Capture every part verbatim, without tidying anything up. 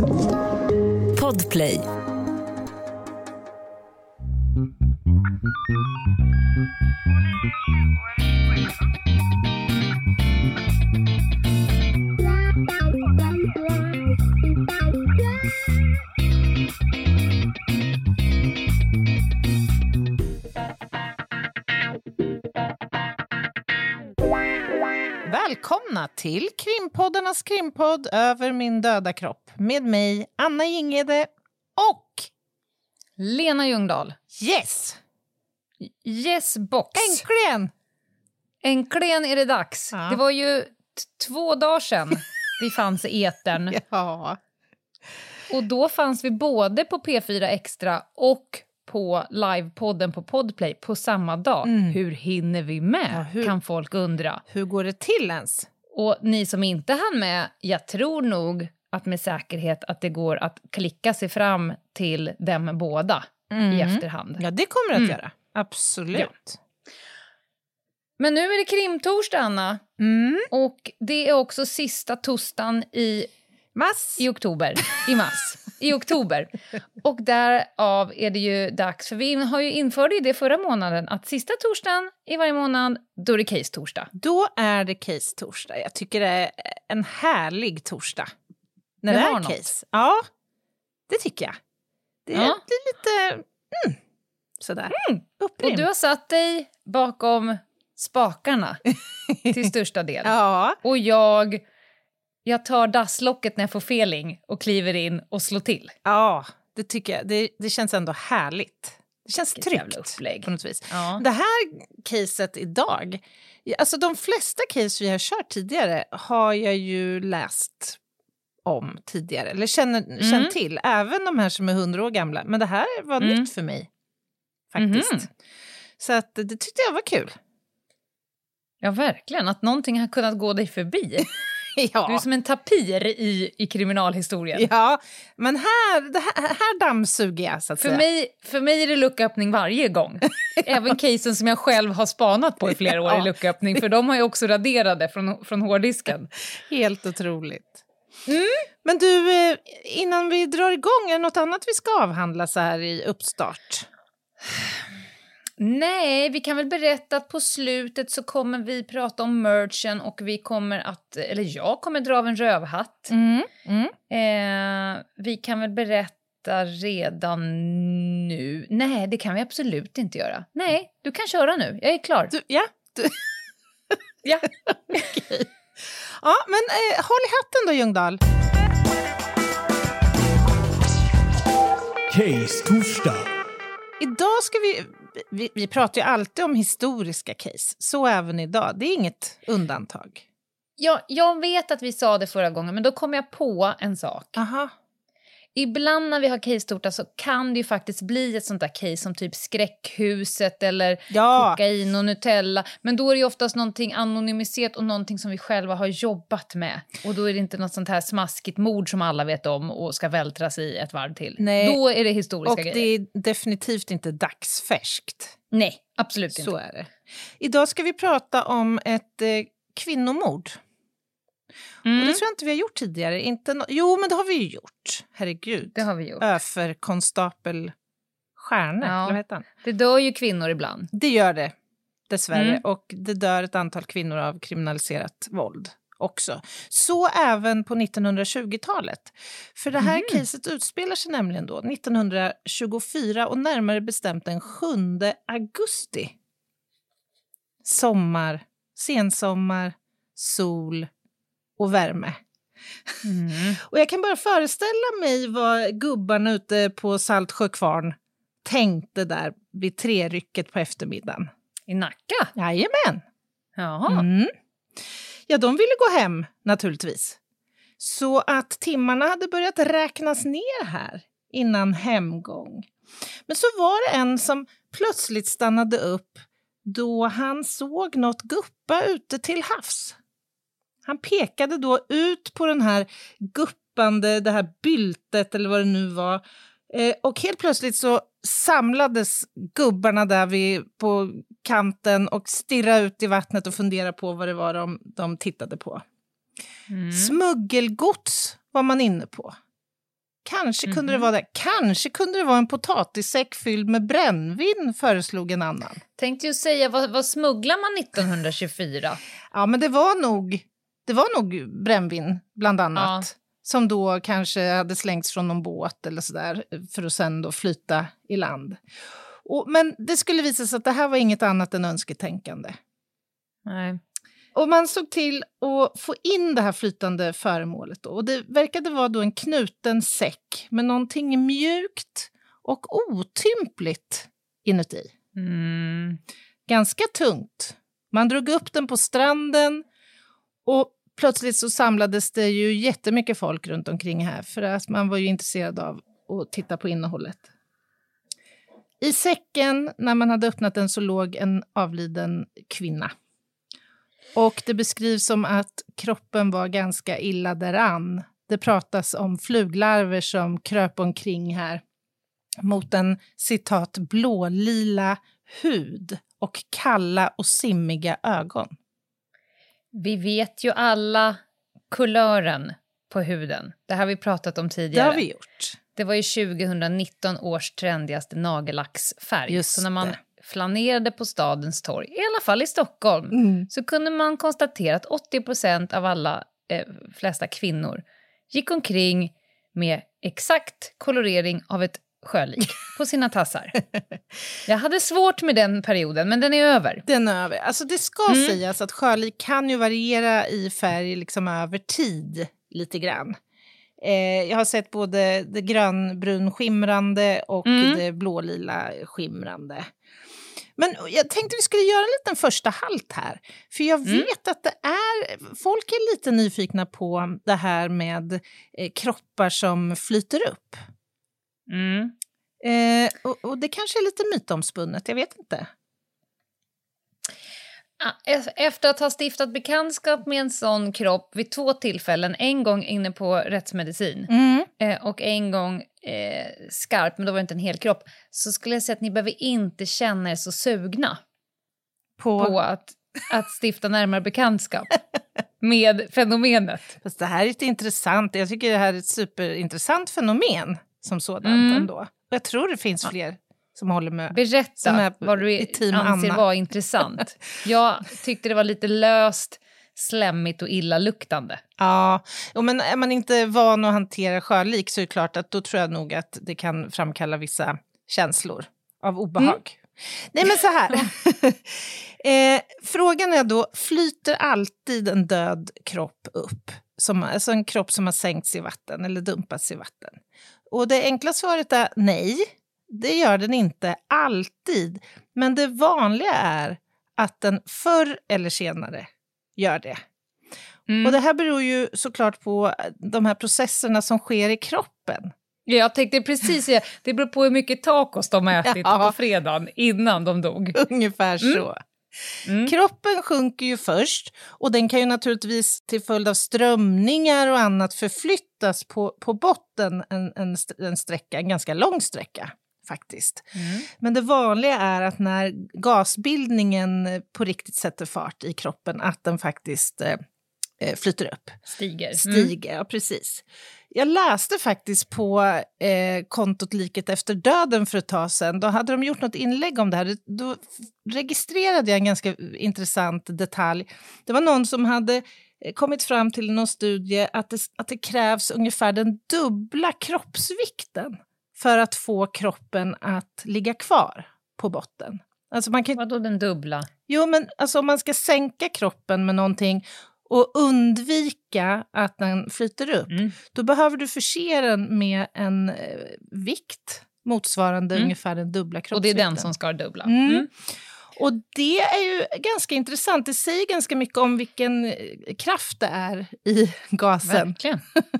Podplay. Välkomna till Krimpoddarnas krimpodd Över min döda kropp med mig, Anna Ingede och Lena Ljungdahl. Yes! Yes box. Äntligen! Äntligen är det dags. Ja. Det var ju t- två dagar sedan vi fanns i etern. Ja. Och då fanns vi både på P fyra Extra och på livepodden på Podplay på samma dag. Mm. Hur hinner vi med, Ja, hur- kan folk undra. Hur går det till ens? Och ni som inte hann med, jag tror nog att med säkerhet att det går att klicka sig fram till dem båda i efterhand. Ja, det kommer det att Mm. göra. Absolut. Ja. Men nu är det krimtorsdag, Anna. Mm. Och det är också sista torsdagen i, Mass. i oktober. I mars. I oktober. Och därav är det ju dags, för vi har ju införde ju det förra månaden, att sista torsdagen i varje månad, då är det case-torsdag. Då är det case-torsdag. Jag tycker det är en härlig torsdag. När Det det, har är något. case. Ja, det tycker jag. Det är, Ja. det är lite mm, sådär. Mm. Och du har satt dig bakom spakarna till största del. Ja. Och jag, jag tar dasslocket när jag får feeling och kliver in och slår till. Ja, det tycker jag. Det, det känns ändå härligt. Det känns Vilket jävla tryggt upplägg. på något vis. Ja. Det här caset idag, alltså de flesta case vi har kört tidigare har jag ju läst om tidigare. Eller känner, Mm. känt till, även de här som är hundra år gamla. Men det här var Mm. nytt för mig, faktiskt. Mhm. Så att, det tyckte jag var kul. Ja, verkligen. Att någonting har kunnat gå dig förbi. Ja. Du är som en tapir i, i kriminalhistorien. Ja, men här, det här, här dammsuger jag, så att För säga. mig, för mig är det lucköppning varje gång. Även casen som jag själv har spanat på i flera år Ja. i lucköppning. För de har ju också raderade från, från hårddisken. Helt otroligt. Mm. Men du, eh, innan vi drar igång, är det något annat vi ska avhandla så här i uppstart? Nej, vi kan väl berätta att på slutet så kommer vi prata om merchen och vi kommer att, eller jag kommer dra av en rövhatt. Mm. Mm. Eh, vi kan väl berätta redan nu. Nej, det kan vi absolut inte göra. Nej, du kan köra nu. Jag är klar. Du, ja, du, Ja. ja, men eh, håll i hatten då, Ljungdahl. Case torsdag. Idag ska vi, vi, vi pratar ju alltid om historiska case, så även idag. Det är inget undantag. Ja, jag vet att vi sa det förra gången, men då kom jag på en sak. Aha. Ibland när vi har case-torta så kan det ju faktiskt bli ett sånt där case som typ skräckhuset eller Ja. kokain och Nutella. Men då är det ju oftast någonting anonymiserat och någonting som vi själva har jobbat med. Och då är det inte något sånt här smaskigt mord som alla vet om och ska vältras i ett varv till. Nej. Då är det historiska Och grejer. det är definitivt inte dagsfärskt. Nej, absolut inte. Så är det. Idag ska vi prata om ett eh, kvinnomord. Mm, Och det tror jag inte vi har gjort tidigare. Inte no- jo, men det har vi ju gjort. Herregud. det har vi gjort. Överkonstapel Stjärne, Ja. eller vad heter han? Det dör ju kvinnor ibland. Det gör det, dessvärre. Mm. Och det dör ett antal kvinnor av kriminaliserat våld också. Så även på nittonhundratjugotalet. För det här Mm. caset utspelar sig nämligen då nittonhundratjugofyra och närmare bestämt den sjunde augusti. Sommar, sensommar, sol och värme. Mm. Och jag kan bara föreställa mig vad gubbarna ute på Saltsjökvarn tänkte där vid trerycket på eftermiddagen. I Nacka? Jajamän. Jaha. Mm. Ja, de ville gå hem naturligtvis. Så att timmarna hade börjat räknas ner här innan hemgång. Men så var det en som plötsligt stannade upp då han såg något guppa ute till havs. Han pekade då ut på den här guppande, det här byltet eller vad det nu var. Eh, och helt plötsligt så samlades gubbarna där vid, på kanten och stirrade ut i vattnet och funderade på vad det var de, de tittade på. Mm. Smuggelgods var man inne på. Kanske kunde Mhm. det vara det. Kanske kunde det vara en potatissäck fylld med brännvin, föreslog en annan. Tänkte ju säga, vad, vad smugglar man nittonhundratjugofyra? Ja, men det var nog, det var nog brännvin bland annat. Ja. Som då kanske hade slängts från någon båt eller sådär för att sen då flyta i land. Och, men det skulle visa sig att det här var inget annat än önsketänkande. Nej. Och man såg till att få in det här flytande föremålet då. Och det verkade vara då en knuten säck med någonting mjukt och otympligt inuti. Mm. Ganska tungt. Man drog upp den på stranden och plötsligt så samlades det ju jättemycket folk runt omkring här för att man var ju intresserad av att titta på innehållet. I säcken, när man hade öppnat den, så låg en avliden kvinna. Och det beskrivs som att kroppen var ganska illa däran. Det pratas om fluglarver som kröp omkring här mot en, citat, blålila hud och kalla och simmiga ögon. Vi vet ju alla kulören på huden. Det har vi pratat om tidigare. Det har vi gjort. Det var ju tjugonitton års trendigaste nagellacksfärg. Just så när man det. flanerade på stadens torg, i alla fall i Stockholm, Mm. så kunde man konstatera att åttio procent av alla eh, flesta kvinnor gick omkring med exakt kolorering av ett sjölik på sina tassar. Jag hade svårt med den perioden, men den är över. Den är över. Alltså det ska Mm. sägas att sjölik kan ju variera i färg liksom över tid lite grann. Eh, jag har sett både det grönbrun skimrande och Mm. det blålila skimrande. Men jag tänkte vi skulle göra en liten första halt här. För jag Mm. vet att det är, folk är lite nyfikna på det här med eh, kroppar som flyter upp. Mm. Eh, och, och det kanske är lite mytomspunnet, jag vet inte. Ah, Efter att ha stiftat bekantskap med en sån kropp vid två tillfällen, en gång inne på rättsmedicin Mm. eh, och en gång eh, skarp, men då var det inte en hel kropp, så skulle jag säga att ni behöver inte känna er så sugna På, på att, att stifta närmare bekantskap med fenomenet. Fast det här är ett intressant, jag tycker det här är ett superintressant fenomen som sådant Mm. ändå. Och jag tror det finns fler som håller med. Som Berätta är vad du i team anser Anna. vara intressant. Jag tyckte det var lite löst, slemmigt och illaluktande. Ja, och men är man inte van att hantera sjölik så är det klart att då tror jag nog att det kan framkalla vissa känslor av obehag. Mm. Nej men så här, eh, frågan är då, flyter alltid en död kropp upp? Som, alltså en kropp som har sänkts i vatten eller dumpats i vatten. Och det enkla svaret är nej, det gör den inte alltid. Men det vanliga är att den förr eller senare gör det. Mm. Och det här beror ju såklart på de här processerna som sker i kroppen. Jag tänkte precis säga, det beror på hur mycket tacos de har ätit Ja. på fredagen innan de dog. Ungefär så. Mm. Kroppen sjunker ju först och den kan ju naturligtvis till följd av strömningar och annat förflyttas på, på botten en, en, st- en sträcka, en ganska lång sträcka faktiskt. Mm. Men det vanliga är att när gasbildningen på riktigt sätter fart i kroppen att den faktiskt eh, flyter upp. Stiger. Mm. Stiger, ja precis. Jag läste faktiskt på eh, kontot Liket efter döden för ett tag sedan. Då hade de gjort något inlägg om det här. Då f- registrerade jag en ganska intressant detalj. Det var någon som hade eh, kommit fram till någon studie att det, att det krävs ungefär den dubbla kroppsvikten för att få kroppen att ligga kvar på botten. Alltså man kan, Vadå den dubbla? jo, men alltså om man ska sänka kroppen med någonting och undvika att den flyter upp, Mm. då behöver du förse den med en eh, vikt motsvarande Mm. ungefär den dubbla Och det är kroppsvikten. den som ska vara dubbla. Mm. Mm. Och det är ju ganska intressant. Det säger ganska mycket om vilken eh, kraft det är i gasen. Verkligen.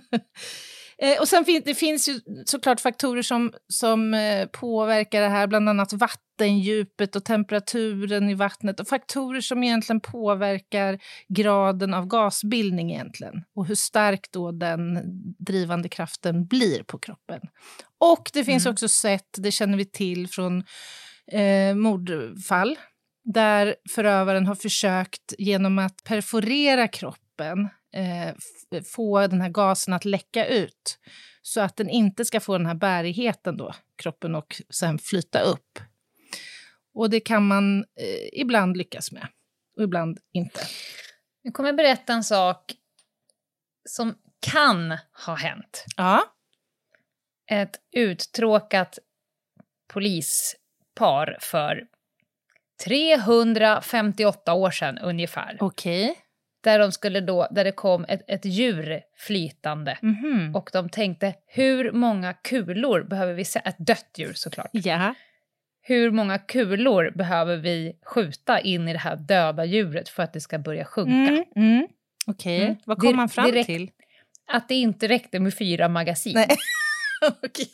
Eh, och sen fin- det finns ju såklart faktorer som, som eh, påverkar det här, bland annat vattendjupet och temperaturen i vattnet och faktorer som egentligen påverkar graden av gasbildning egentligen och hur stark då den drivande kraften blir på kroppen. Och det finns Mm. också sätt, det känner vi till från eh, mordfall, där förövaren har försökt genom att perforera kroppen Eh, f- få den här gasen att läcka ut så att den inte ska få den här bärigheten då, kroppen, och sen flyta upp. Och det kan man eh, ibland lyckas med och ibland inte. Nu kommer jag berätta en sak som kan ha hänt. Ja. Ett uttråkat polispar för trehundrafemtioåtta år sedan ungefär. Okej. Okay. Där de skulle då, där det kom ett, ett djur flytande. Mm-hmm. Och de tänkte, hur många kulor behöver vi sätta, ett dött djur såklart. Ja. Hur många kulor behöver vi skjuta in i det här döda djuret för att det ska börja sjunka? Mm, mm. Okej, okay. mm. Vad kom det, man fram räck, till? Att det inte räckte med fyra magasin. Nej, okej.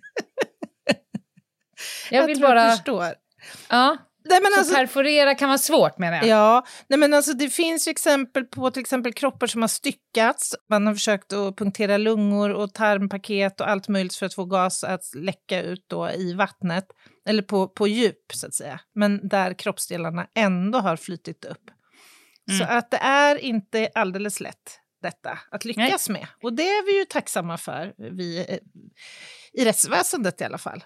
Jag vill bara... Jag förstår. Ja. Nej, men så alltså, perforera kan vara svårt, menar jag. Ja, nej, men alltså, det finns ju exempel på till exempel kroppar som har styckats. Man har försökt att punktera lungor och tarmpaket och allt möjligt för att få gas att läcka ut då i vattnet. Eller på, på djup, så att säga. Men där kroppsdelarna ändå har flyttit upp. Mm. Så att det är inte alldeles lätt detta att lyckas nej. med. Och det är vi ju tacksamma för, vi, i rättsväsendet i alla fall.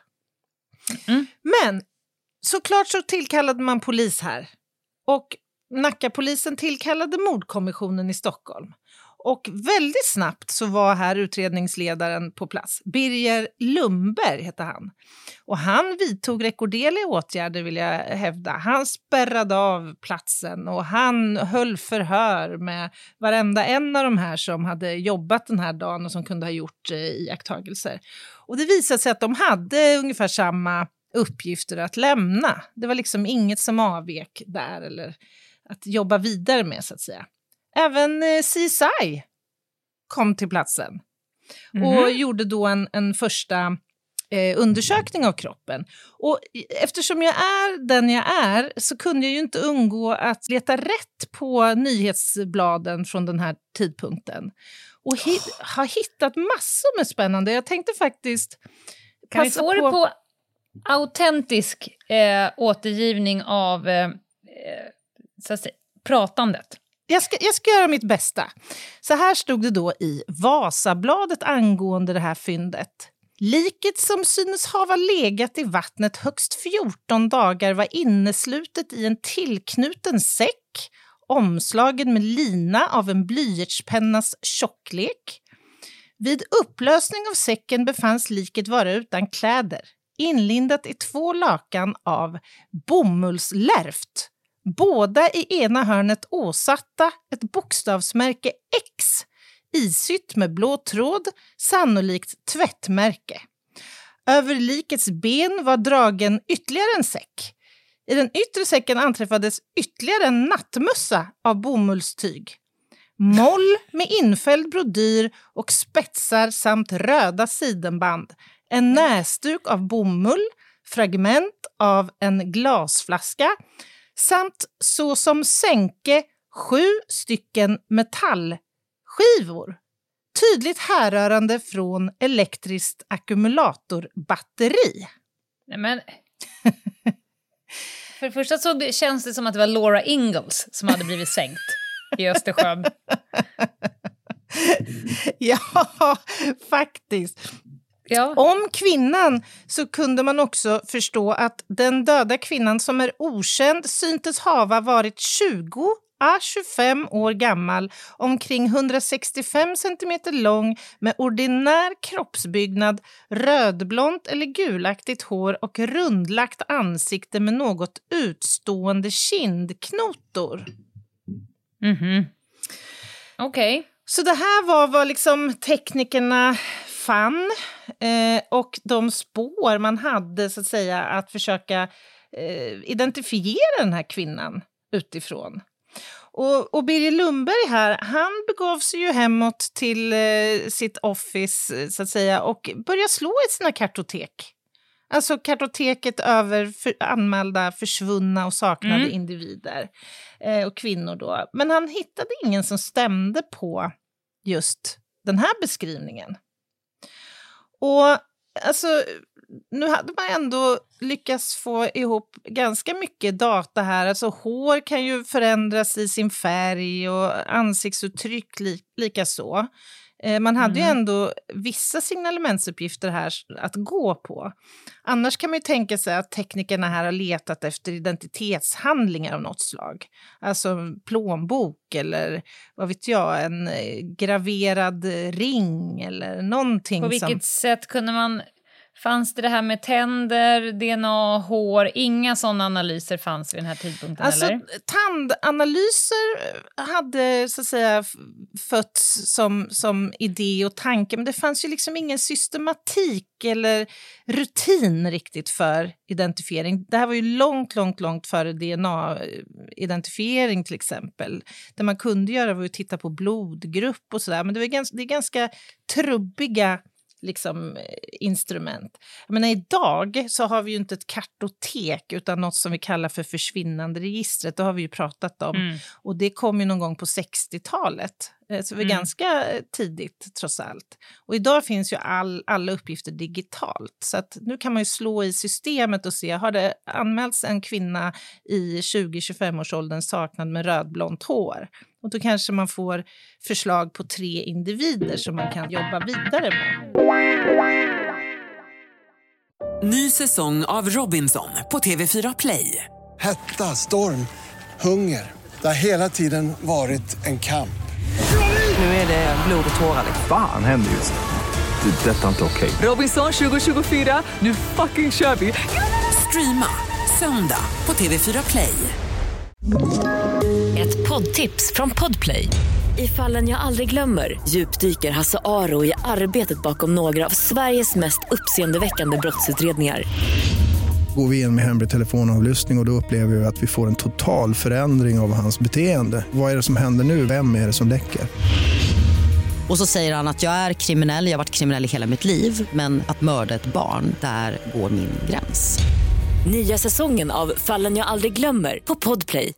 Mm. Men såklart så tillkallade man polis här. Och Nackapolisen tillkallade mordkommissionen i Stockholm. Och väldigt snabbt så var här utredningsledaren på plats. Birger Lundberg heter han. Och han vidtog rekorderliga åtgärder, vill jag hävda. Han spärrade av platsen och han höll förhör med varenda en av de här som hade jobbat den här dagen och som kunde ha gjort eh, iakttagelser. Och det visade sig att de hade ungefär samma uppgifter att lämna. Det var liksom inget som avvek där eller att jobba vidare med, så att säga. Även eh, C S I kom till platsen mm. och gjorde då en, en första eh, undersökning av kroppen. Och eftersom jag är den jag är så kunde jag ju inte undgå att leta rätt på nyhetsbladen från den här tidpunkten. Och hit, oh. har hittat massor med spännande. Jag tänkte faktiskt kan vi få på... det på autentisk eh, återgivning av eh, så att säga, pratandet. Jag ska, jag ska göra mitt bästa. Så här stod det då i Vasabladet angående det här fyndet. Liket som synes hava legat i vattnet högst fjorton dagar var inneslutet i en tillknuten säck, omslagen med lina av en blyertspennas tjocklek. Vid upplösning av säcken befanns liket vara utan kläder, inlindat i två lakan av bomullslärft. Båda i ena hörnet åsatta ett bokstavsmärke X, isytt med blå tråd, sannolikt tvättmärke. Över likets ben var dragen ytterligare en säck. I den yttre säcken anträffades ytterligare en nattmössa av bomullstyg. Moll med infälld brodyr och spetsar samt röda sidenband. En näsduk av bomull, fragment av en glasflaska samt så som sänke sju stycken metallskivor. Tydligt härrörande från elektriskt ackumulatorbatteri. Nej men... För det första så känns det som att det var Laura Ingalls som hade blivit sänkt i Östersjön. Ja, faktiskt. Ja. Om kvinnan så kunde man också förstå att den döda kvinnan som är okänd syntes hava varit tjugo à tjugofem år gammal, omkring hundrasextiofem centimeter lång med ordinär kroppsbyggnad, rödblont eller gulaktigt hår och rundlagt ansikte med något utstående kindknotor. Mhm. Okej. Okay. Så det här var vad liksom teknikerna fann eh, och de spår man hade, så att säga, att försöka eh, identifiera den här kvinnan utifrån. Och, och Birger Lundberg här, han begav sig ju hemåt till eh, sitt office, så att säga, och började slå i sina kartotek. Alltså kartoteket över för, anmälda försvunna och saknade mm. individer eh, och kvinnor då. Men han hittade ingen som stämde på just den här beskrivningen. Och alltså, nu hade man ändå lyckats få ihop ganska mycket data här. Alltså hår kan ju förändras i sin färg och ansiktsuttryck li- lika så. Man hade Mm. ju ändå vissa signalementsuppgifter här att gå på. Annars kan man ju tänka sig att teknikerna här har letat efter identitetshandlingar av något slag. Alltså en plånbok eller vad vet jag, en graverad ring eller någonting. På vilket som... sätt kunde man... Fanns det det här med tänder, D N A, hår? Inga sådana analyser fanns vid den här tidpunkten, alltså, eller? Tandanalyser hade så att säga fötts som, som idé och tanke, men det fanns ju liksom ingen systematik eller rutin riktigt för identifiering. Det här var ju långt, långt, långt före D N A-identifiering till exempel. Det man kunde göra var att titta på blodgrupp och sådär, men det, var ganska, det är ganska trubbiga liksom instrument. Jag menar, idag så har vi ju inte ett kartotek utan något som vi kallar för försvinnande registret. Det har vi ju pratat om. Mm. Och det kom ju någon gång på sextiotalet. Så det var mm. ganska tidigt trots allt. Och idag finns ju all, alla uppgifter digitalt. Så att nu kan man ju slå i systemet och se, har det anmälts en kvinna i tjugo till tjugofem års åldern saknad med rödblont hår? Och då kanske man får förslag på tre individer som man kan jobba vidare med. Ny säsong av Robinson på T V fyra Play. Hetta, storm, hunger. Det har hela tiden varit en kamp. Nu är det blod och tårar. Fan händer just det. Det är detta inte okej. Okay. Robinson tjugo tjugofyra, nu fucking kör vi. Streama söndag på T V fyra Play. Ett poddtips från Podplay. I Fallen jag aldrig glömmer djupdyker Hasse Aro i arbetet bakom några av Sveriges mest uppseendeväckande brottsutredningar. Går vi in med hemlig telefonavlyssning och då upplever vi att vi får en total förändring av hans beteende. Vad är det som händer nu? Vem är det som läcker? Och så säger han att jag är kriminell, jag har varit kriminell i hela mitt liv. Men att mörda ett barn, där går min gräns. Nya säsongen av Fallen jag aldrig glömmer på Podplay.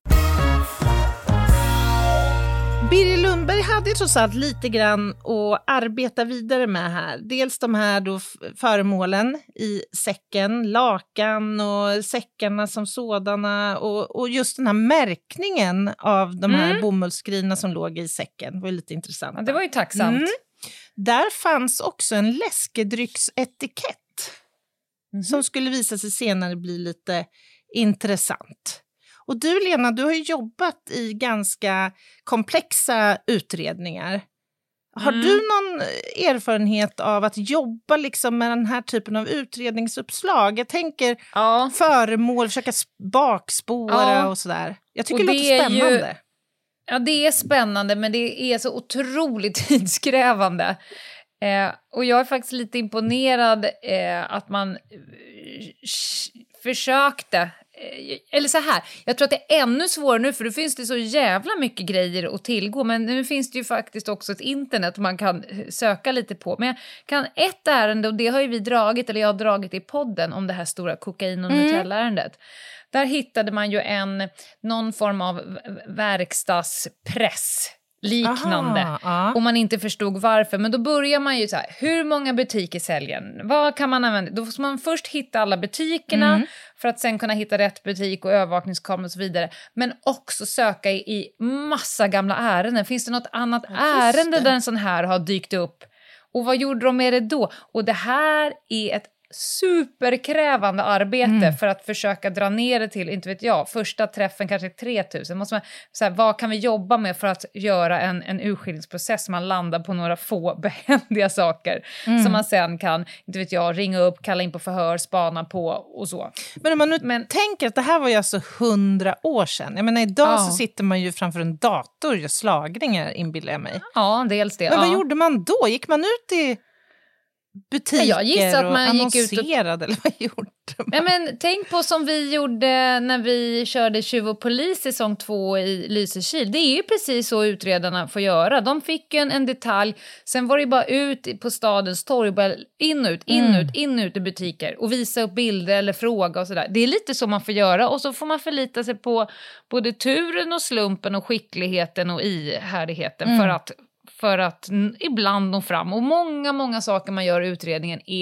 Birger Lundberg hade ju trots allt lite grann att arbeta vidare med här. Dels de här då föremålen i säcken, lakan och säckarna som sådana. Och, och just den här märkningen av de här mm. bomullsgrejerna som låg i säcken. Det var ju lite intressant. Ja, det var ju tacksamt. Mm. Där fanns också en läskedrycksetikett. Mm. Som skulle visa sig senare bli lite intressant. Och du, Lena, du har ju jobbat i ganska komplexa utredningar. Har mm. du någon erfarenhet av att jobba liksom med den här typen av utredningsuppslag? Jag tänker ja. föremål, försöka bakspåra ja. och sådär. Jag tycker och det, det låter spännande. Ju, ja, det är spännande, men det är så otroligt tidskrävande. Eh, och jag är faktiskt lite imponerad eh, att man eh, försökte. Eller så här, jag tror att det är ännu svårare nu, för det finns det så jävla mycket grejer att tillgå, men nu finns det ju faktiskt också ett internet man kan söka lite på. Men jag kan ett ärende, och det har ju vi dragit, eller jag har dragit i podden om det här stora kokain- och Nutella-ärendet. Mm. Där hittade man ju en, någon form av verkstadspress liknande. Aha, ja. Och man inte förstod varför. Men då börjar man ju så här, hur många butiker säljer? Vad kan man använda? Då får man först hitta alla butikerna mm. för att sen kunna hitta rätt butik och övervakningskameror och så vidare. Men också söka i, i massa gamla ärenden. Finns det något annat ja, ärende där en sån här har dykt upp? Och vad gjorde de med det då? Och det här är ett superkrävande arbete mm. för att försöka dra ner det till, inte vet jag, första träffen kanske tre tusen. Måste man, så här, vad kan vi jobba med för att göra en, en urskiljningsprocess? Man landar på några få behändiga saker mm. som man sen kan, inte vet jag, ringa upp, kalla in på förhör, spana på och så. Men om man nu Men, tänker att det här var ju alltså hundra år sedan. Jag menar, idag ja. så sitter man ju framför en dator och gör slagningar, inbillar jag mig. Ja, dels det. Men ja. vad gjorde man då? Gick man ut i butiker jag gissar att man och gick ut och... eller vad gjorde man? Ja, men tänk på som vi gjorde när vi körde Tjuv och polis säsong två i Lysekil. Det är ju precis så utredarna får göra. De fick en, en detalj, sen var det bara ut på stadens torg, bara in och ut, in mm. ut, in och ut i butiker och visa upp bilder eller fråga och sådär. Det är lite så man får göra, och så får man förlita sig på både turen och slumpen och skickligheten och ihärdigheten mm. för att för att ibland nå fram. Och många, många saker man gör i utredningen är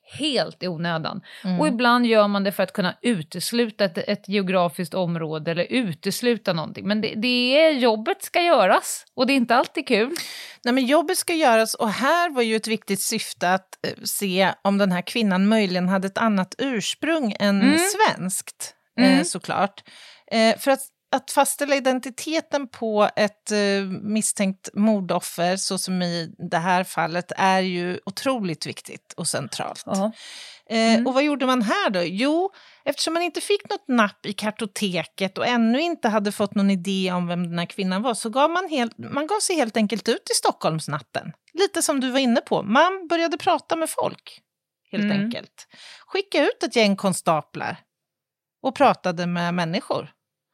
helt i onödan. Mm. Och ibland gör man det för att kunna utesluta ett, ett geografiskt område eller utesluta någonting. Men det, det är, jobbet ska göras och det är inte alltid kul. Nej, men jobbet ska göras och här var ju ett viktigt syfte att eh, se om den här kvinnan möjligen hade ett annat ursprung än Mm. svenskt, eh, Mm. såklart. Eh, för att Att fastställa identiteten på ett eh, misstänkt mordoffer, så som i det här fallet, är ju otroligt viktigt och centralt. Ja. Eh, Mm. och vad gjorde man här då? Jo, eftersom man inte fick något napp i kartoteket och ännu inte hade fått någon idé om vem den här kvinnan var, så gav man, helt, man gav sig helt enkelt ut i Stockholmsnatten. Lite som du var inne på. Man började prata med folk, helt Mm. enkelt. Skicka ut ett gäng konstaplar och pratade med människor.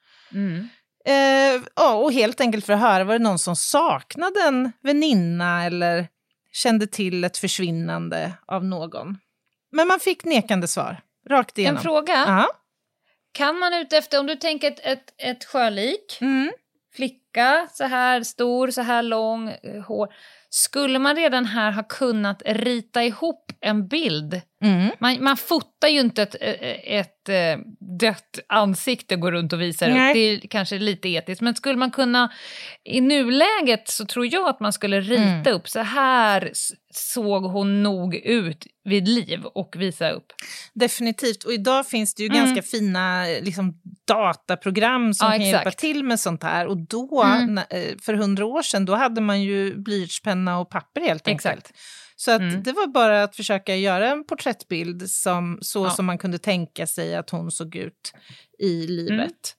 Mm. Eh, ja, och helt enkelt för att höra, var det någon som saknade en väninna eller kände till ett försvinnande av någon. Men man fick nekande svar, rakt igenom. En fråga. Ja. Kan man ut efter, om du tänker ett, ett, ett sjölik, Mm. flicka, så här stor, så här lång, eh, hår. Skulle man redan här ha kunnat rita ihop en bild? Mm. Man, man fotar ju inte ett, ett, ett dött ansikte och går runt och visar Nej. upp. Det är kanske lite etiskt. Men skulle man kunna, i nuläget så tror jag att man skulle rita Mm. upp. Så här s- såg hon nog ut vid liv och visa upp. Definitivt. Och idag finns det ju Mm. ganska fina liksom, dataprogram som Ja, kan exakt. hjälpa till med sånt här. Och då, Mm. na- eh, för hundra år sedan, då hade man ju blyertspenna och papper helt enkelt. Exakt. Så att Mm. det var bara att försöka göra en porträttbild som, så Ja. som man kunde tänka sig att hon såg ut i livet.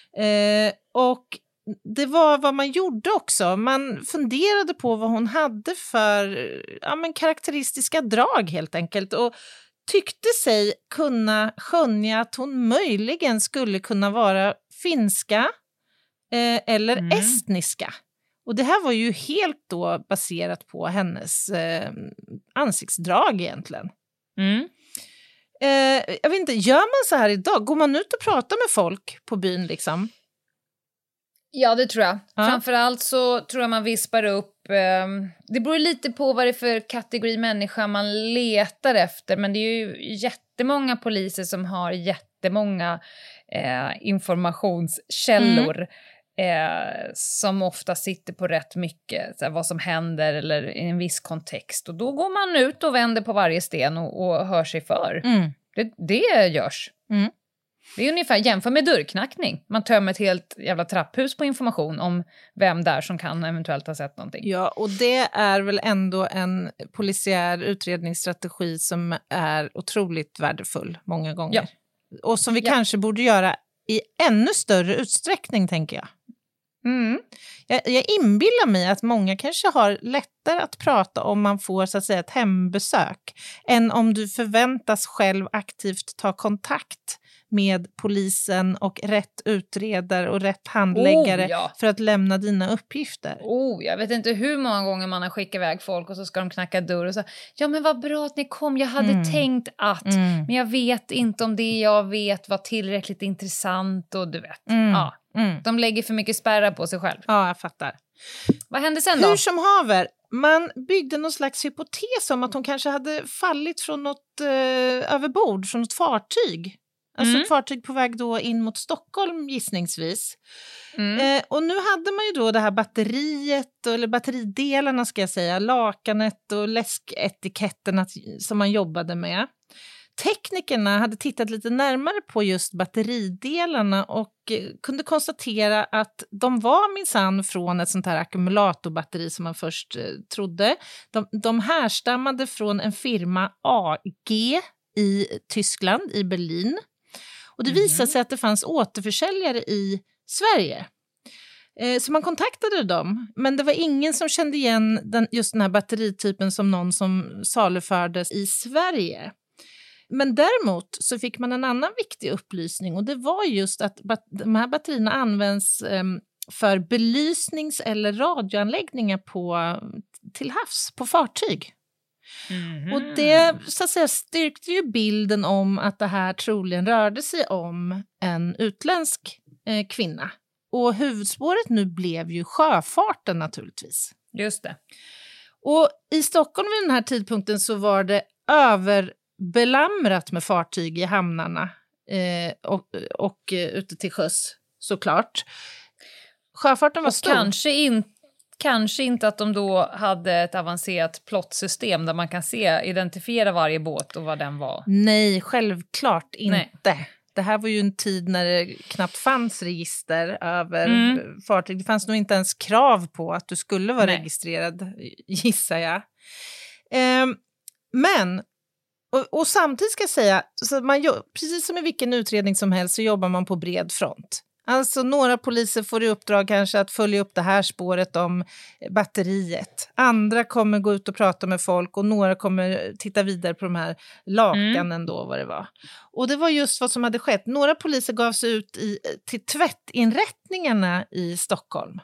Mm. Eh, och det var vad man gjorde också. Man funderade på vad hon hade för ja, men karaktäristiska drag helt enkelt. Och tyckte sig kunna skönja att hon möjligen skulle kunna vara finska eh, eller Mm. estniska. Och det här var ju helt då baserat på hennes eh, ansiktsdrag egentligen. Mm. Eh, jag vet inte, gör man så här idag? Går man ut och pratar med folk på byn liksom? Ja, det tror jag. Ja. Framförallt så tror jag man vispar upp... Eh, det beror lite på vad det är för kategori människa man letar efter. Men det är ju jättemånga poliser som har jättemånga eh, informationskällor. Eh, som ofta sitter på rätt mycket, såhär, vad som händer eller i en viss kontext. Och då går man ut och vänder på varje sten och, och hör sig för. Mm. Det, det görs. Mm. Det är ungefär jämför med dörrknackning. Man tömmer ett helt jävla trapphus på information om vem där som kan eventuellt ha sett någonting. Ja, och det är väl ändå en polisiär utredningsstrategi som är otroligt värdefull många gånger. Ja. Och som vi Ja. kanske borde göra i ännu större utsträckning, tänker jag. Mm. Jag, jag inbillar mig att många kanske har lättare att prata om man får så att säga ett hembesök än om du förväntas själv aktivt ta kontakt med polisen och rätt utredare och rätt handläggare Oh, ja. för att lämna dina uppgifter. Oh, jag vet inte hur många gånger man har skickat iväg folk och så ska de knacka dörr och så, ja men vad bra att ni kom, jag hade Mm. tänkt att, Mm. men jag vet inte om det jag vet var tillräckligt intressant och du vet, Mm. ja, Mm. de lägger för mycket spärrar på sig sjl. Ja, jag fattar. Vad hände sen då? Hur som haver, man byggde någon slags hypotes om att hon kanske hade fallit från något eh, överbord, från något fartyg. Alltså Mm. ett fartyg på väg då in mot Stockholm gissningsvis. Mm. Eh, och nu hade man ju då det här batteriet, eller batteridelarna ska jag säga, lakanet och läsketiketten att, som man jobbade med. Teknikerna hade tittat lite närmare på just batteridelarna och eh, kunde konstatera att de var minsann från ett sånt här ackumulatorbatteri som man först eh, trodde. De, de härstammade från en firma A G i Tyskland, i Berlin. Och det visade sig att det fanns återförsäljare i Sverige. Eh, så man kontaktade dem, men det var ingen som kände igen den, just den här batteritypen som någon som salufördes i Sverige. Men däremot så fick man en annan viktig upplysning och det var just att bat- de här batterierna används eh, för belysnings- eller radioanläggningar på, till havs, på fartyg. Mhm. Och det så att säga, styrkte ju bilden om att det här troligen rörde sig om en utländsk eh, kvinna. Och huvudspåret nu blev ju sjöfarten naturligtvis. Just det. Och i Stockholm vid den här tidpunkten så var det över belamrat med fartyg i hamnarna eh, och, och eh, ute till sjöss, såklart. Sjöfarten var och stor. Kanske, in, kanske inte att de då hade ett avancerat plottsystem där man kan se, identifiera varje båt och vad den var. Nej, självklart inte. Nej. Det här var ju en tid när det knappt fanns register över Mm. fartyg. Det fanns nog inte ens krav på att du skulle vara Nej. registrerad, gissar jag. Eh, men, och, och samtidigt ska jag säga, så man, precis som i vilken utredning som helst så jobbar man på bred front. Alltså några poliser får i uppdrag kanske att följa upp det här spåret om batteriet. Andra kommer gå ut och prata med folk och några kommer titta vidare på de här lakanen mm. då, vad det var. Och det var just vad som hade skett. Några poliser gav sig ut i, till tvättinrättningarna i Stockholm.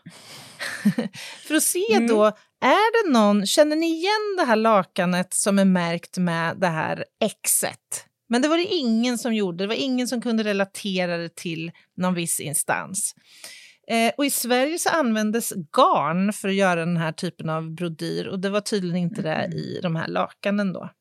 För att se mm. då, är det någon, känner ni igen det här lakanet som är märkt med det här Xet? Men det var det ingen som gjorde. Det var ingen som kunde relatera det till någon viss instans. Eh, och i Sverige så användes garn för att göra den här typen av brodyr. Och det var tydligen inte det i de här lakanen då.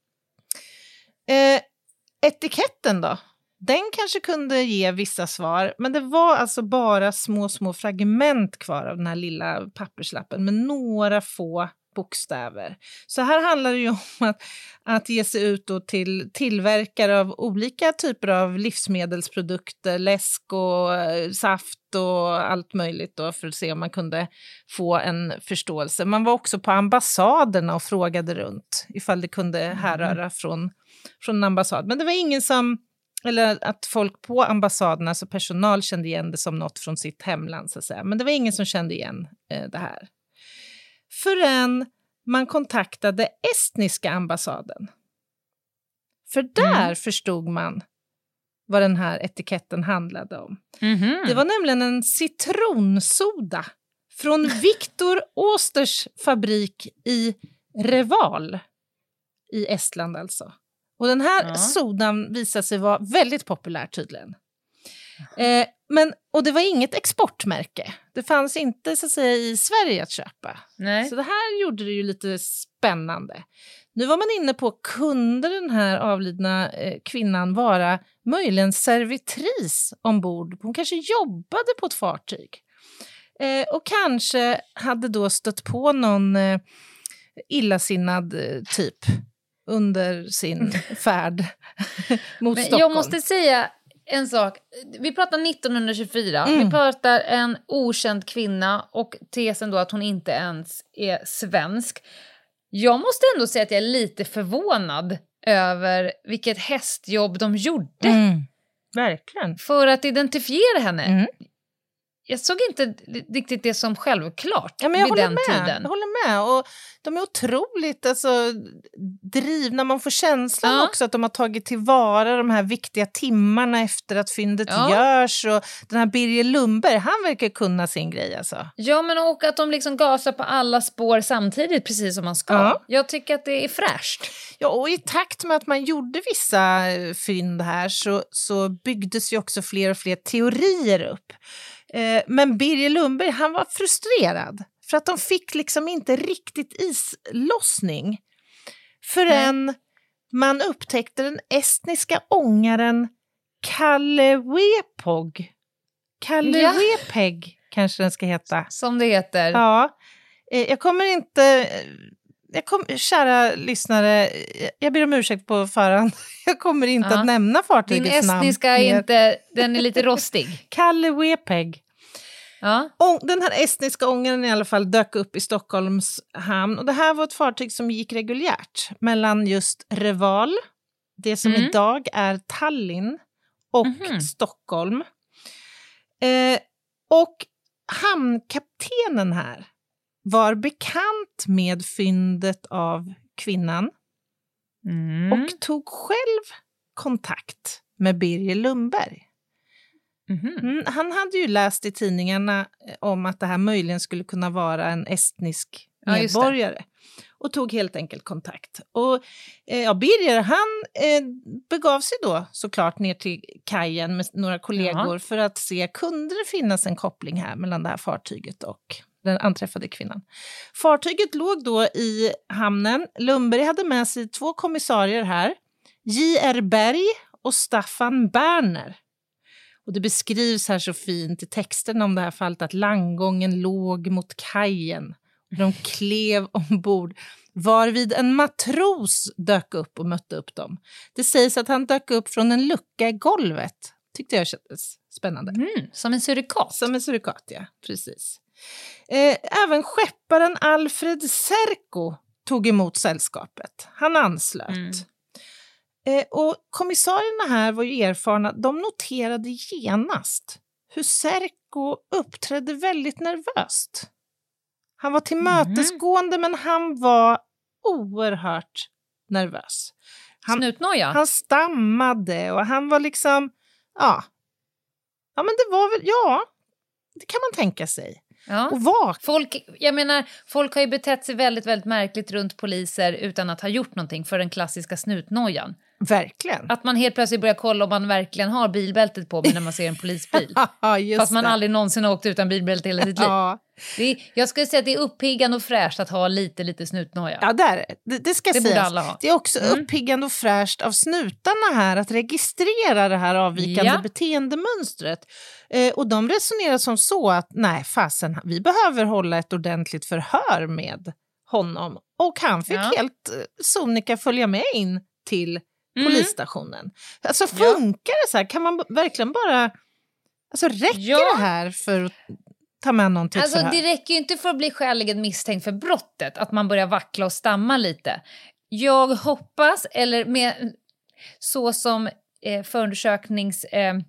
Eh, etiketten då? Den kanske kunde ge vissa svar. Men det var alltså bara små, små fragment kvar av den här lilla papperslappen. Med några få bokstäver. Så här handlar det ju om att, att ge sig ut då till tillverkare av olika typer av livsmedelsprodukter, läsk och eh, saft och allt möjligt då, för att se om man kunde få en förståelse. Man var också på ambassaderna och frågade runt ifall det kunde härröra från, från en ambassad. Men det var ingen som, eller att folk på ambassaderna, alltså personal, kände igen det som något från sitt hemland så att säga. Men det var ingen som kände igen eh, det här. Förrän man kontaktade estniska ambassaden. För där mm. förstod man vad den här etiketten handlade om. Mm-hmm. Det var nämligen en citronsoda från Viktor Osters fabrik i Reval i Estland alltså. Och den här ja. sodan visade sig vara väldigt populär tydligen. Eh, men, och det var inget exportmärke. Det fanns inte så att säga i Sverige att köpa. Nej. Så det här gjorde det ju lite spännande. Nu var man inne på, kunde den här avlidna eh, kvinnan vara möjligen servitris ombord? Hon kanske jobbade på ett fartyg. Eh, och kanske hade då stött på någon eh, illasinnad eh, typ under sin färd mot Men Stockholm. Jag måste säga en sak. Vi pratar nittonhundratjugofyra. Mm. Vi pratar en okänd kvinna och tesen då att hon inte ens är svensk. Jag måste ändå säga att jag är lite förvånad över vilket hästjobb de gjorde. Mm. Verkligen. För att identifiera henne. Mm. Jag såg inte riktigt det som självklart ja, men jag vid håller den med. tiden. Jag håller med. Och de är otroligt alltså, drivna. Man får känslan ja. också att de har tagit tillvara de här viktiga timmarna efter att fyndet ja. görs. Och den här Birger Lundberg, han verkar kunna sin grej. Alltså. Ja, men och att de liksom gasar på alla spår samtidigt, precis som man ska. Ja. Jag tycker att det är fräscht. Ja, och i takt med att man gjorde vissa fynd här så, så byggdes ju också fler och fler teorier upp. Men Birger Lundberg, han var frustrerad för att de fick liksom inte riktigt islossning förrän Nej. man upptäckte den estniska ångaren Kalle Wepog. Kalle ja. Wepeg kanske den ska heta. Som det heter. Ja, jag kommer inte... Jag kom, kära lyssnare, jag ber om ursäkt på förhand. Jag kommer inte ja. att nämna fartygets namn. Din estniska är inte, den är lite rostig. Kalle Wepeg. Ja. Och den här estniska ångaren i alla fall dök upp i Stockholms hamn. Och det här var ett fartyg som gick reguljärt mellan just Reval, det som mm. idag är Tallinn, och mm-hmm. Stockholm. Eh, och hamnkaptenen här var bekant med fyndet av kvinnan mm. och tog själv kontakt med Birger Lundberg. Mm-hmm. Mm, han hade ju läst i tidningarna om att det här möjligen skulle kunna vara en estnisk medborgare. Ja, och tog helt enkelt kontakt. Och eh, ja, Birger, han eh, begav sig då såklart ner till kajen med några kollegor ja. för att se, kunde det finnas en koppling här mellan det här fartyget och den anträffade kvinnan. Fartyget låg då i hamnen. Lundberg hade med sig två kommissarier här. J R Berg och Staffan Berner. Och det beskrivs här så fint i texten om det här fallet att landgången låg mot kajen. De klev ombord varvid en matros dök upp och mötte upp dem. Det sägs att han dök upp från en lucka i golvet. Tyckte jag kändes spännande. Mm, som en surikat. Som en surikat, ja. Precis. Eh, även skepparen Alfred Serko tog emot sällskapet. Han anslöt. Mm. Eh, och kommissarierna här var ju erfarna. De noterade genast hur Serko uppträdde väldigt nervöst. Han var tillmötesgående, mm. men han var oerhört nervös. Han, Snutnoja? Han stammade och han var liksom, ja. Ja, men det var väl, ja, det kan man tänka sig. Ja. Och vad? Folk, jag menar, folk har ju betett sig väldigt, väldigt märkligt runt poliser utan att ha gjort någonting för den klassiska snutnojan. Verkligen. Att man helt plötsligt börjar kolla om man verkligen har bilbältet på när man ser en polisbil. Ja, just Fast man det. aldrig någonsin har åkt utan bilbälte hela sitt liv. Ja. Det är, jag skulle säga att det är uppiggande och fräscht att ha lite, lite snutnoja. Ja, där, det, det ska det sägas. Borde alla ha. Det är också mm. uppiggande och fräscht av snutarna här att registrera det här avvikande ja. beteendemönstret. Eh, och de resonerar som så att nej, fasen, vi behöver hålla ett ordentligt förhör med honom. Och han fick ja. helt eh, sonika följa med in till Mm. polisstationen. Alltså funkar ja. det så här? Kan man verkligen bara... Alltså räcker ja. det här för att ta med någon till Alltså förhör? det räcker ju inte för att bli skäligen misstänkt för brottet. Att man börjar vackla och stamma lite. Jag hoppas, eller med så som eh, förundersökningsdelarna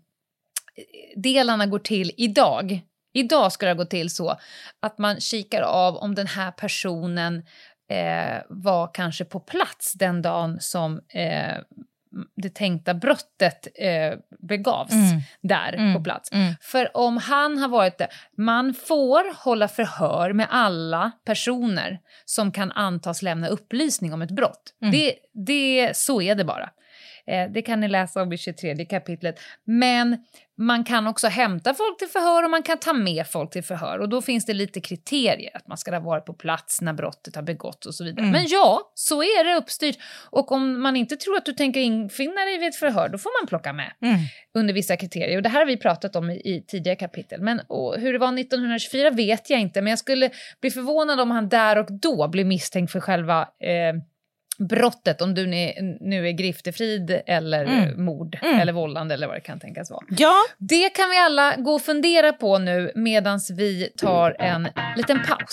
eh, går till idag. Idag ska det gå till så att man kikar av om den här personen Eh, var kanske på plats den dagen som eh, det tänkta brottet eh, begavs mm. där mm. på plats. Mm. För om han har varit där, man får hålla förhör med alla personer som kan antas lämna upplysning om ett brott. Mm. Det, det, så är det bara. Eh, det kan ni läsa om i tjugotredje kapitlet. Men man kan också hämta folk till förhör och man kan ta med folk till förhör. Och då finns det lite kriterier. Att man ska ha varit på plats när brottet har begåtts och så vidare. Mm. Men ja, så är det uppstyrt. Och om man inte tror att du tänker infinna dig vid ett förhör, då får man plocka med. Mm. Under vissa kriterier. Och det här har vi pratat om i, i tidigare kapitel. Men och, hur det var nittonhundratjugofyra vet jag inte. Men jag skulle bli förvånad om han där och då blir misstänkt för själva... Eh, brottet, om du nu är griftefrid eller mm. mord mm. eller vållande eller vad det kan tänkas vara. Ja. Det kan vi alla gå och fundera på nu medans vi tar en liten paus.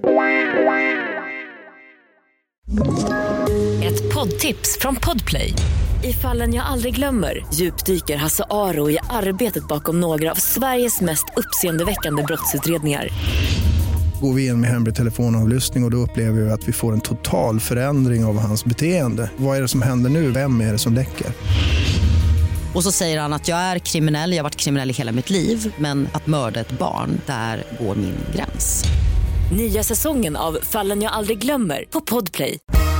Ett poddtips från Podplay. I Fallen jag aldrig glömmer djupdyker Hasse Aro i arbetet bakom några av Sveriges mest uppseendeväckande brottsutredningar. Går vi in med hemlig telefonavlyssning och, och då upplever vi att vi får en total förändring av hans beteende. Vad är det som händer nu? Vem är det som läcker? Och så säger han att jag är kriminell, jag har varit kriminell i hela mitt liv. Men att mörda ett barn, där går min gräns. Nya säsongen av Fallen jag aldrig glömmer på Podplay.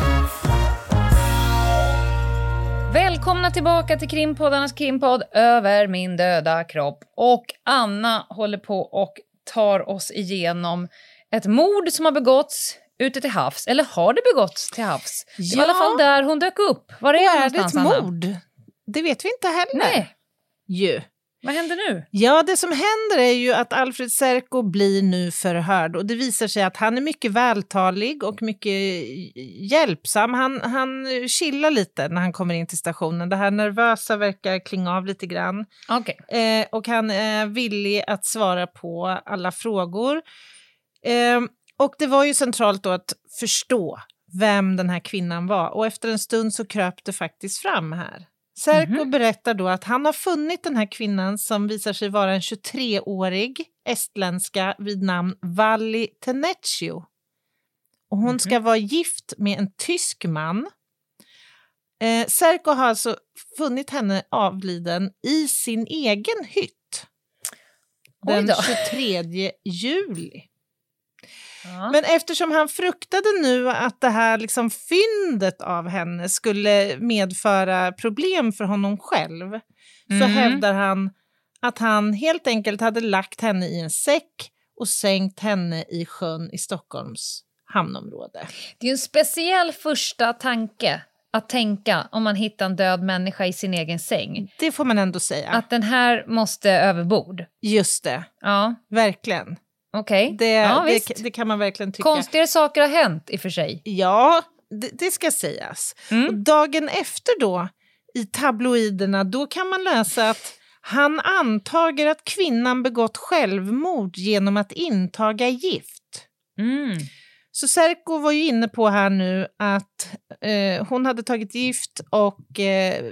Välkomna tillbaka till Krimpoddarnas Krimpodd Över min döda kropp. Och Anna håller på och tar oss igenom ett mord som har begåtts ute till havs. Eller har det begåtts till havs? Ja. I alla fall där hon dök upp. Var är, är det ett mord? Det vet vi inte heller. Nej. Ju. Vad händer nu? Ja, det som händer är ju att Alfred Serko blir nu förhörd. Och det visar sig att han är mycket vältalig och mycket hjälpsam. Han, han chillar lite när han kommer in till stationen. Det här nervösa verkar klinga av lite grann. Okay. Eh, och han är villig att svara på alla frågor. Eh, och det var ju centralt då att förstå vem den här kvinnan var. Och efter en stund så kröp det faktiskt fram här. Serko mm-hmm. berättar då att han har funnit den här kvinnan som visar sig vara en tjugotreårig estländska vid namn Valli Teneccio. Och hon mm-hmm. ska vara gift med en tysk man. Eh, Serko har alltså funnit henne avliden i sin egen hytt. Den tjugotredje juli. Ja. Men eftersom han fruktade nu att det här liksom fyndet av henne skulle medföra problem för honom själv mm. så hävdar han att han helt enkelt hade lagt henne i en säck och sänkt henne i sjön i Stockholms hamnområde. Det är en speciell första tanke att tänka om man hittar en död människa i sin egen säng. Det får man ändå säga. Att den här måste överbord. Just det. Ja. Verkligen. Okej. Okay. Det, ja, det, det kan man verkligen tycka. Konstigare saker har hänt i och för sig. Ja, det, det ska sägas. Mm. Och dagen efter då, i tabloiderna, då kan man läsa att han antager att kvinnan begått självmord genom att intaga gift. Mm. Så Serko var ju inne på här nu att eh, hon hade tagit gift och eh,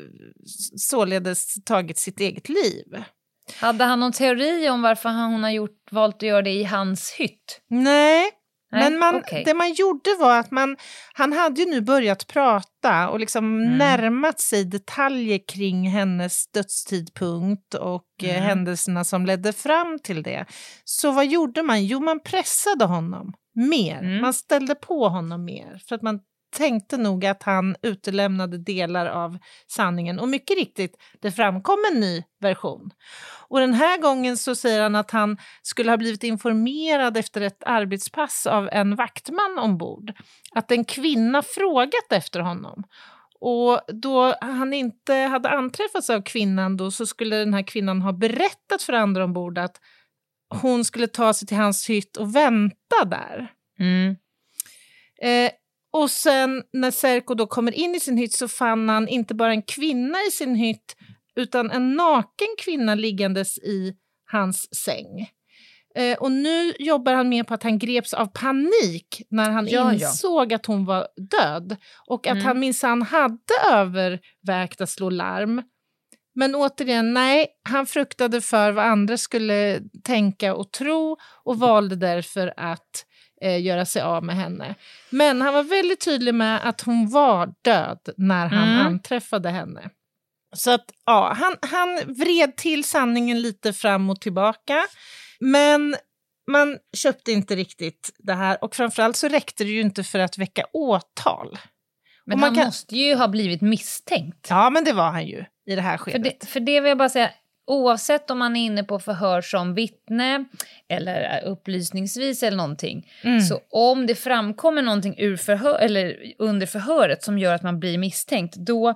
således tagit sitt eget liv. Hade han någon teori om varför han, hon har gjort, valt att göra det i hans hytt? Nej. Nej, Men man, okay. det man gjorde var att man, han hade ju nu börjat prata och liksom mm. närmat sig detaljer kring hennes dödstidpunkt och mm. eh, händelserna som ledde fram till det. Så vad gjorde man? Jo, man pressade honom mer. Mm. Man ställde på honom mer för att man tänkte nog att han utelämnade delar av sanningen. Och mycket riktigt, det framkom en ny version. Och den här gången så säger han att han skulle ha blivit informerad efter ett arbetspass av en vaktman ombord. Att en kvinna frågat efter honom. Och då han inte hade anträffats av kvinnan då, så skulle den här kvinnan ha berättat för andra ombord att hon skulle ta sig till hans hytt och vänta där. Mm. Eh, och sen när Serko då kommer in i sin hytt så fann han inte bara en kvinna i sin hytt utan en naken kvinna liggandes i hans säng. Eh, och nu jobbar han med på att han greps av panik när han ja, insåg ja. att hon var död. Och att mm. han minsann hade övervägt att slå larm. Men återigen, nej, han fruktade för vad andra skulle tänka och tro och valde därför att eh, göra sig av med henne. Men han var väldigt tydlig med att hon var död när han mm. anträffade henne. Så att, ja, han, han vred till sanningen lite fram och tillbaka. Men man köpte inte riktigt det här. Och framförallt så räckte det ju inte för att väcka åtal. Men och man han kan... måste ju ha blivit misstänkt. Ja, men det var han ju i det här skedet. För det, för det vill jag bara säga, oavsett om man är inne på förhör som vittne eller upplysningsvis eller någonting. Mm. Så om det framkommer någonting ur förhör, eller under förhöret som gör att man blir misstänkt, då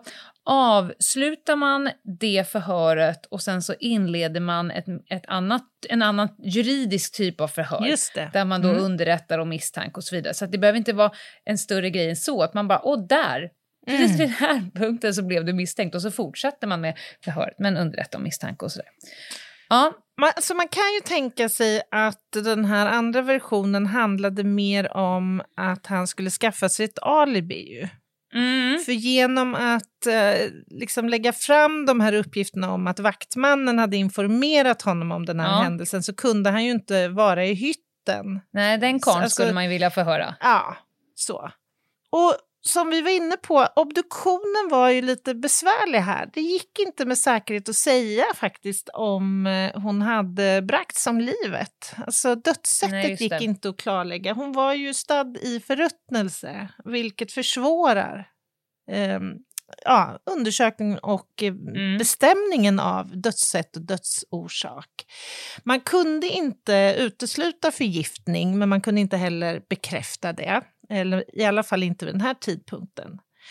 avslutar man det förhöret och sen så inleder man ett, ett annat, en annan juridisk typ av förhör. Just det. Där man då mm. underrättar om misstanke och så vidare. Så att det behöver inte vara en större grej än så. Att man bara, åh där, precis vid den här punkten så blev det misstänkt. Och så fortsätter man med förhöret, men underrättar om misstanke och sådär. Ja. Man, så man kan ju tänka sig att den här andra versionen handlade mer om att han skulle skaffa sig ett alibi ju. Mm. För genom att eh, liksom lägga fram de här uppgifterna om att vaktmannen hade informerat honom om den här ja. händelsen så kunde han ju inte vara i hytten. Nej, den karln alltså, skulle man ju vilja förhöra. Ja, så. Och som vi var inne på, obduktionen var ju lite besvärlig här. Det gick inte med säkerhet att säga faktiskt om hon hade bragts om livet. Alltså dödssättet Nej, gick inte att klarlägga. Hon var ju stadd i förruttnelse, vilket försvårar eh, ja, undersökningen och mm. bestämningen av dödssätt och dödsorsak. Man kunde inte utesluta förgiftning, men man kunde inte heller bekräfta det. Eller i alla fall inte vid den här tidpunkten.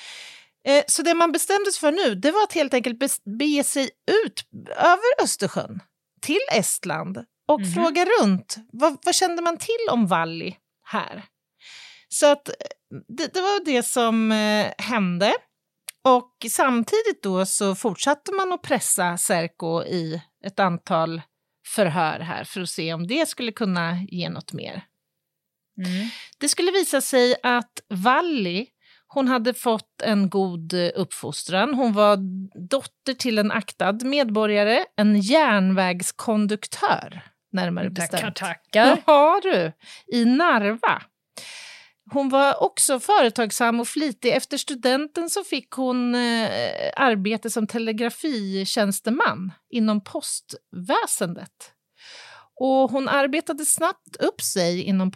Eh, så det man bestämde sig för nu, det var att helt enkelt be- bege sig ut över Östersjön till Estland och mm. fråga runt. Vad, vad kände man till om Valli här? Så att det, det var det som eh, hände. Och samtidigt då så fortsatte man att pressa Serko i ett antal förhör här för att se om det skulle kunna ge något mer. Mm. Det skulle visa sig att Valli, hon hade fått en god uppfostran. Hon var dotter till en aktad medborgare, en järnvägskonduktör närmare bestämt. Tackar, tackar. Ja, du, i Narva. Hon var också företagsam och flitig. Efter studenten så fick hon eh, arbete som telegrafikänstemän inom postväsendet. Och hon arbetade snabbt upp sig inom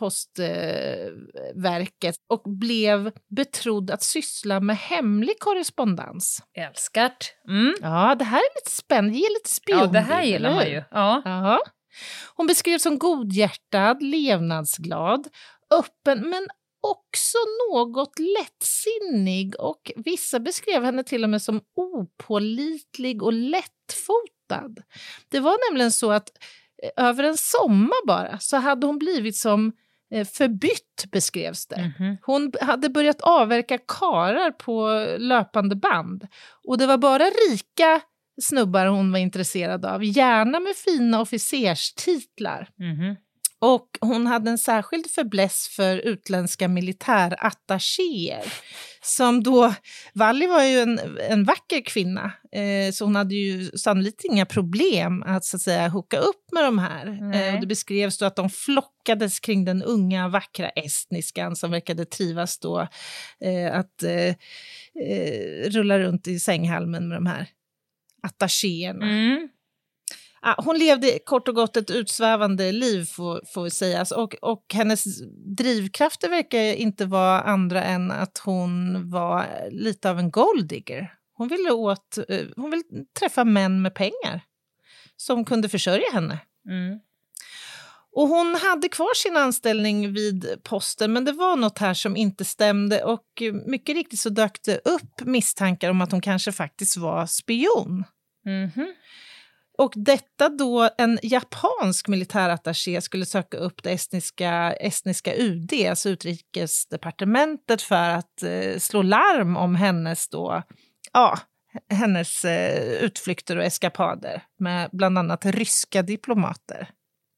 postverket eh, och blev betrodd att syssla med hemlig korrespondens. Älskat. Mm. Ja, det här är lite spännande. Ger lite spion. Ja, det här gillar man ju. Ja. Ja. Hon beskrevs som godhjärtad, levnadsglad, öppen men också något lättsinnig och vissa beskrev henne till och med som opålitlig och lättfotad. Det var nämligen så att över en sommar bara så hade hon blivit som förbytt, beskrevs det. Mm-hmm. Hon hade börjat avverka karar på löpande band. Och det var bara rika snubbar hon var intresserad av. Gärna med fina officerstitlar. Mm-hmm. Och hon hade en särskild fäbless för utländska militärattachéer. Som då, Valli var ju en, en vacker kvinna. Eh, så hon hade ju sannolikt inga problem att så att säga hooka upp med de här. Eh, och det beskrevs då att de flockades kring den unga vackra estniskan som verkade trivas då. Eh, att eh, eh, rulla runt i sänghalmen med de här attachéerna. Mm. Ja, hon levde kort och gott ett utsvävande liv får, får sägas och, och hennes drivkrafter verkar inte vara andra än att hon var lite av en golddigger. Hon ville, åt, hon ville träffa män med pengar som kunde försörja henne. Mm. Och hon hade kvar sin anställning vid posten men det var något här som inte stämde och mycket riktigt så dök det upp misstankar om att hon kanske faktiskt var spion. Mhm. Och detta då en japansk militärattaché skulle söka upp det estniska, estniska U D, alltså utrikesdepartementet för att eh, slå larm om hennes då, ja, hennes eh, utflykter och eskapader med bland annat ryska diplomater.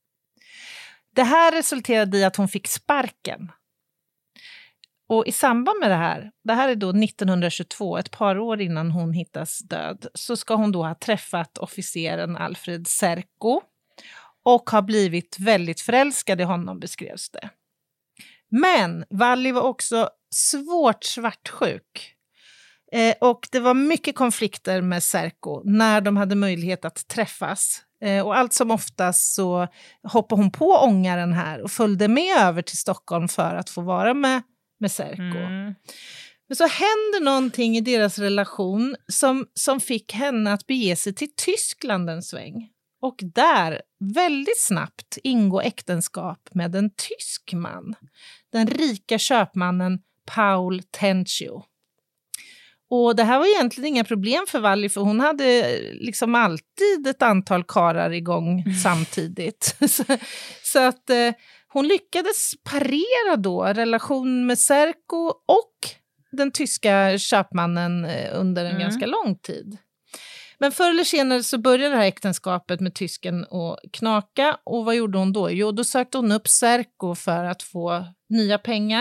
Det här resulterade i att hon fick sparken. Och i samband med det här, det här är då nittonhundratjugotvå, ett par år innan hon hittas död, så ska hon då ha träffat officeren Alfred Serko och ha blivit väldigt förälskad i honom, beskrevs det. Men Valli var också svårt svartsjuk. Eh, och det var mycket konflikter med Serko när de hade möjlighet att träffas. Eh, och allt som oftast så hoppade hon på ångaren här och följde med över till Stockholm för att få vara med med Serko. Mm. Men så hände någonting i deras relation som, som fick henne att bege sig till Tyskland en sväng. Och där väldigt snabbt ingå äktenskap med en tysk man. Den rika köpmannen Paul Tentio. Och det här var egentligen inga problem för Valli för hon hade liksom alltid ett antal karar igång mm. samtidigt. så, så att eh, hon lyckades parera då relation med Serko och den tyska köpmannen eh, under en mm. ganska lång tid. Men förr eller senare så började det här äktenskapet med tysken att knaka. Och vad gjorde hon då? Jo, då sökte hon upp Serko för att få nya pengar.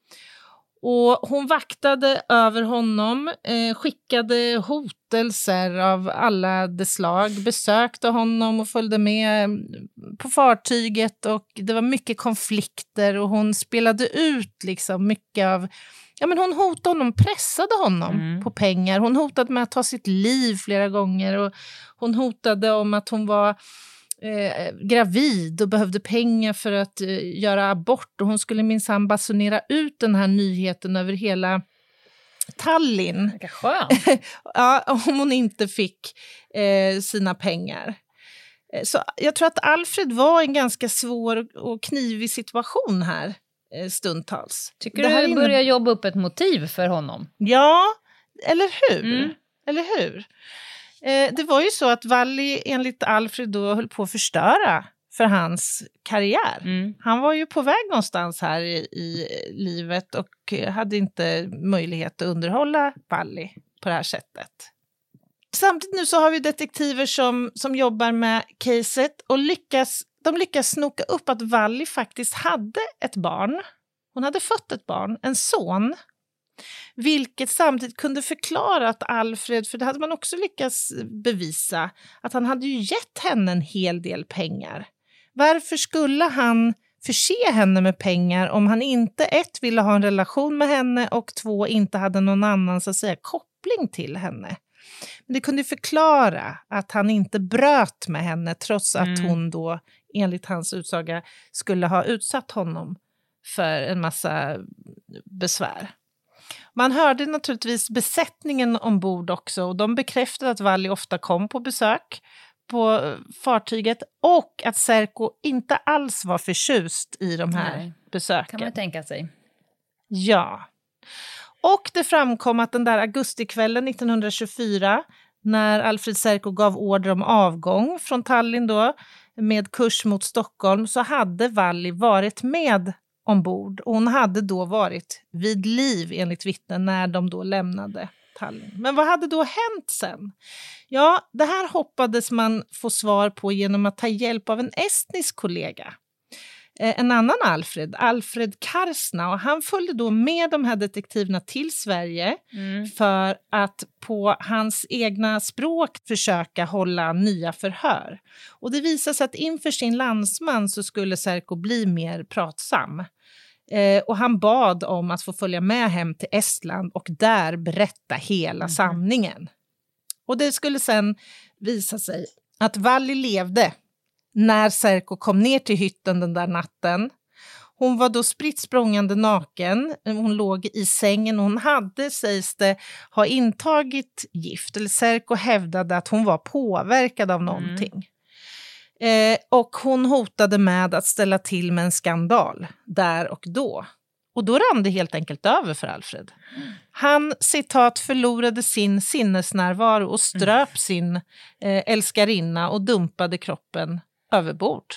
Och hon vaktade över honom, eh, skickade hotelser av alla de slag, besökte honom och följde med på fartyget och det var mycket konflikter och hon spelade ut liksom mycket av, ja men hon hotade honom, pressade honom mm. på pengar, hon hotade med att ta sitt liv flera gånger och hon hotade om att hon var Eh, gravid och behövde pengar för att eh, göra abort och hon skulle minsann basunera ut den här nyheten över hela Tallinn. Vilka skönt. Ja, om hon inte fick eh, sina pengar. Eh, så jag tror att Alfred var en ganska svår och knivig situation här eh, stundtals. Tycker det du inne... börjar jobba upp ett motiv för honom? Ja, eller hur? Mm. Eller hur? Det var ju så att Valli enligt Alfred då höll på att förstöra för hans karriär. Mm. Han var ju på väg någonstans här i, i livet och hade inte möjlighet att underhålla Valli på det här sättet. Samtidigt nu så har vi detektiver som, som jobbar med caset och lyckas, de lyckas snoka upp att Valli faktiskt hade ett barn. Hon hade fått ett barn, en son. Vilket samtidigt kunde förklara att Alfred, för det hade man också lyckats bevisa, att han hade ju gett henne en hel del pengar. Varför skulle han förse henne med pengar om han inte ett ville ha en relation med henne och två inte hade någon annan så att säga koppling till henne? Men det kunde förklara att han inte bröt med henne trots att mm. hon då enligt hans utsaga skulle ha utsatt honom för en massa besvär. Man hörde naturligtvis besättningen ombord också och de bekräftade att Valli ofta kom på besök på fartyget och att Serko inte alls var förtjust i de här Nej, besöken. Kan man tänka sig. Ja. Och det framkom att den där augustikvällen nittonhundratjugofyra, när Alfred Serko gav order om avgång från Tallinn då, med kurs mot Stockholm, så hade Valli varit med ombord. Och hon hade då varit vid liv enligt vittnen när de då lämnade Tallinn. Men vad hade då hänt sen? Ja, det här hoppades man få svar på genom att ta hjälp av en estnisk kollega. En annan Alfred, Alfred Karsna, och han följde då med de här detektiverna till Sverige mm. för att på hans egna språk försöka hålla nya förhör. Och det visade sig att inför sin landsman så skulle Serko bli mer pratsam. Eh, och han bad om att få följa med hem till Estland och där berätta hela mm. sanningen. Och det skulle sen visa sig att Valli levde när Serko kom ner till hytten den där natten. Hon var då spritt språngande naken. Hon låg i sängen och hon hade, sägs det, ha intagit gift. Eller Serko hävdade att hon var påverkad av någonting. Mm. Eh, och hon hotade med att ställa till med en skandal där och då. Och då rann det helt enkelt över för Alfred. Han, citat, förlorade sin sinnesnärvaro och ströp mm. sin eh, älskarinna och dumpade kroppen överbord.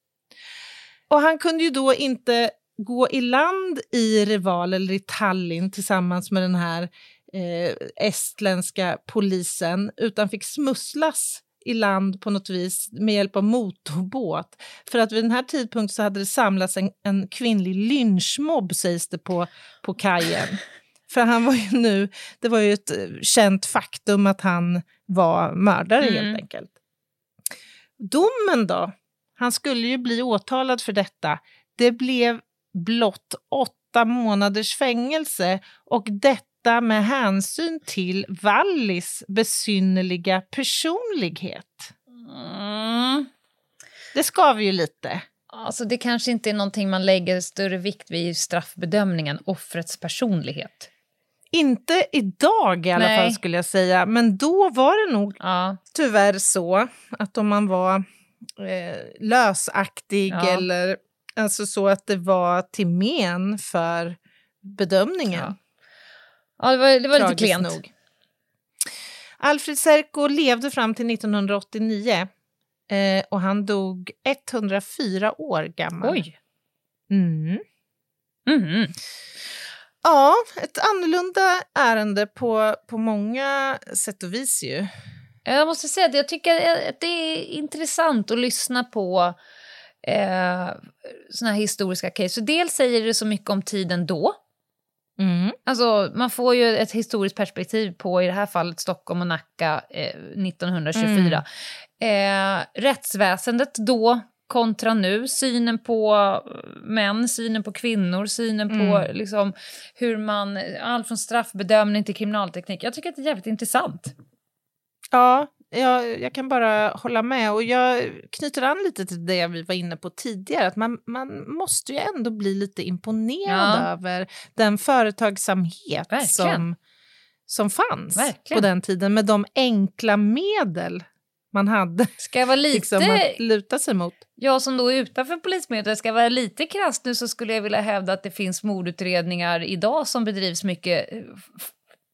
Och han kunde ju då inte gå i land i Reval eller i Tallinn tillsammans med den här eh, estländska polisen, utan fick smusslas i land på något vis med hjälp av motorbåt. För att vid den här tidpunkten så hade det samlats en, en kvinnlig lynchmobb, sägs det, på, på kajen. För han var ju nu, det var ju ett känt faktum att han var mördare mm. helt enkelt. Domen då, han skulle ju bli åtalad för detta. Det blev blott åtta månaders fängelse, och detta med hänsyn till Wallis besynnerliga personlighet. Mm. Det ska vi ju lite. Alltså det kanske inte är någonting man lägger större vikt vid i straffbedömningen, offrets personlighet. Inte idag i alla Nej. fall skulle jag säga, men då var det nog ja. tyvärr så att om man var eh, lösaktig ja. eller alltså så att det var till men för bedömningen. Ja, ja det var, det var lite klent. Nog. Alfred Serko levde fram till nittonhundraåttionio eh, och han dog etthundrafyra år gammal. Oj! Mm. Mm. Ja, ett annorlunda ärende på, på många sätt och vis ju. Jag måste säga att jag tycker att det är intressant att lyssna på eh, såna här historiska case. Så dels säger det så mycket om tiden då. Mm. Alltså man får ju ett historiskt perspektiv på i det här fallet Stockholm och Nacka eh, nittonhundratjugofyra. Mm. Eh, rättsväsendet då kontra nu, synen på män, synen på kvinnor, synen mm. på liksom hur man, allt från straffbedömning till kriminalteknik. Jag tycker att det är jävligt intressant. Ja, jag, jag kan bara hålla med, och jag knyter an lite till det vi var inne på tidigare, att man, man måste ju ändå bli lite imponerad ja. över den företagsamhet som, som fanns Verkligen. på den tiden med de enkla medel man hade. Ska jag vara lite liksom, att luta sig mot. Jag som då är utanför polismyndigheten ska vara lite krasst nu, så skulle jag vilja hävda att det finns mordutredningar idag som bedrivs mycket f-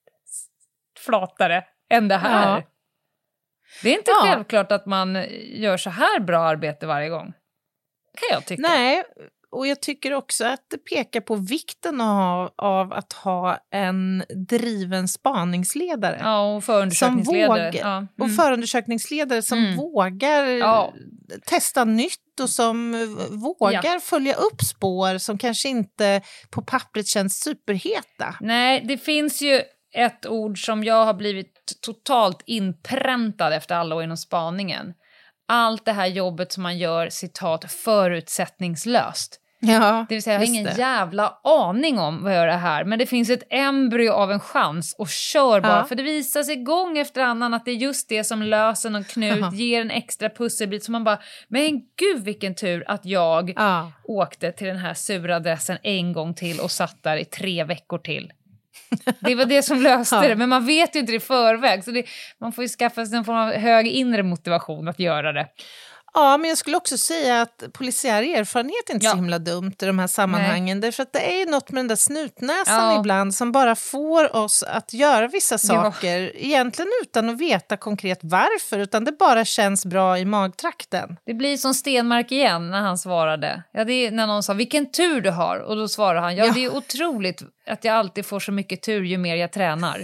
flatare än det här. Ja. Det är inte ja. självklart att man gör så här bra arbete varje gång. Kan jag tycka. Nej, och jag tycker också att det pekar på vikten av, av att ha en driven spaningsledare. Ja, och förundersökningsledare. Som vågar, ja. mm. Och förundersökningsledare som mm. vågar ja. testa nytt och som vågar ja. följa upp spår som kanske inte på pappret känns superheta. Nej, det finns ju ett ord som jag har blivit totalt inpräntad efter alla år inom spaningen. Allt det här jobbet som man gör, citat, förutsättningslöst. Ja, det vill säga, jag har ingen det. jävla aning om vad jag gör det här. Men det finns ett embryo av en chans, och kör bara. Ja. För det visar sig gång efter annan att det är just det som löser någon knut, ja. ger en extra pusselbit. Så man bara, men gud vilken tur att jag ja. åkte till den här sura adressen en gång till och satt där i tre veckor till. Det var det som löste ja. det, men man vet ju inte det i förväg, så det, man får ju skaffa sig en form av hög inre motivation att göra det. Ja, men jag skulle också säga att polisiär erfarenhet är inte Ja. så himla dumt i de här sammanhangen. Därför att det är ju något med den där snutnäsan Ja. ibland som bara får oss att göra vissa saker egentligen utan att veta konkret varför, utan det bara känns bra i magtrakten. Det blir som Stenmark igen när han svarade. Ja, det är när någon sa, vilken tur du har. Och då svarade han, ja, Ja. det är otroligt att jag alltid får så mycket tur ju mer jag tränar.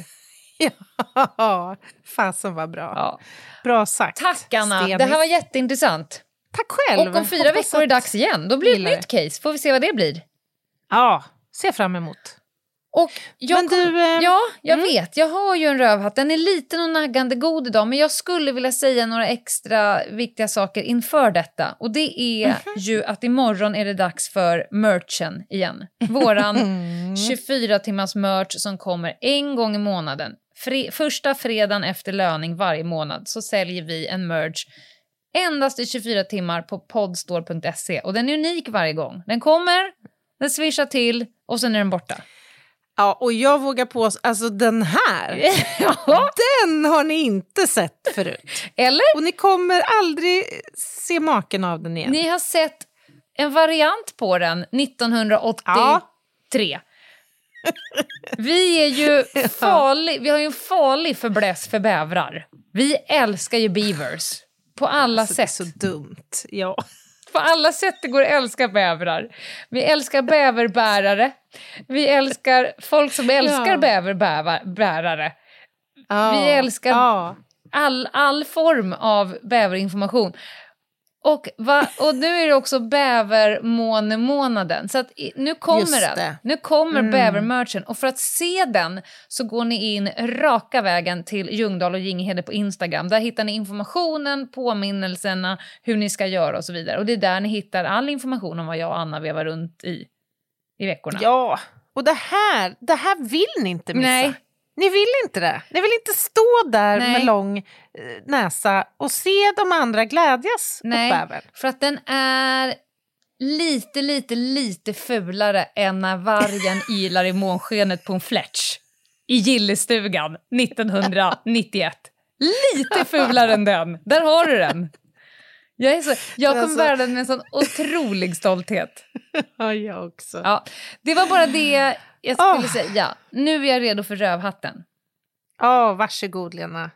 Ja, fasen var bra. Ja. Bra sagt. Tack Anna, Stenis. det här var jätteintressant. Tack själv. Och om fyra Hoppas veckor är det att- dags igen. Då blir det ett gillar nytt case. Får vi se vad det blir. Ja, se fram emot. Och jag Men kom, du, eh, ja, jag vet. Jag har ju en rövhatt. Den är liten och naggande god idag. Men jag skulle vilja säga några extra viktiga saker inför detta. Och det är Mhm. ju att imorgon är det dags för merchen igen. Våran tjugofyra timmars merch som kommer en gång i månaden. Fre- första fredagen efter löning varje månad så säljer vi en merch endast i tjugofyra timmar på podstore punkt se. Och den är unik varje gång. Den kommer, den swishar till och sen är den borta. Ja, och jag vågar på, alltså den här, Ja. den har ni inte sett förut. Eller? Och ni kommer aldrig se maken av den igen. Ni har sett en variant på den nittonhundraåttiotre. Vi är ju farlig, vi har ju en farlig fäbless för bävrar. Vi älskar ju beavers. På alla Alltså, det är sätt. så dumt. Ja. På alla sätt det går att älska bävrar. Vi älskar bäverbärare. Vi älskar folk som älskar Ja. bäverbärare. Ja. Vi älskar Ja. all, all form av bäverinformation. Och, va, och nu är det också bävermånemånaden. Så att i, nu kommer Just den. det. Nu kommer Mm. bävermerchen. Och för att se den så går ni in raka vägen till Ljungdahl och Ginghede på Instagram. Där hittar ni informationen, påminnelserna, hur ni ska göra och så vidare. Och det är där ni hittar all information om vad jag och Anna vevar runt i, i veckorna. Ja, och det här, det här vill ni inte missa. Nej. Ni vill inte det. Ni vill inte stå där Nej. med lång eh, näsa och se de andra glädjas Nej, åt bävern. för att den är lite, lite, lite fulare än när vargen ylar i månskenet på en fletch i gillestugan nittonhundranittioett. Lite fulare än den. Där har du den. Jag, är så, jag kommer Alltså- bära den med en sån otrolig stolthet. Ja, jag också. Ja, det var bara det jag skulle Åh. säga. Nu är jag redo för rövhatten. Ja, varsågod Lena.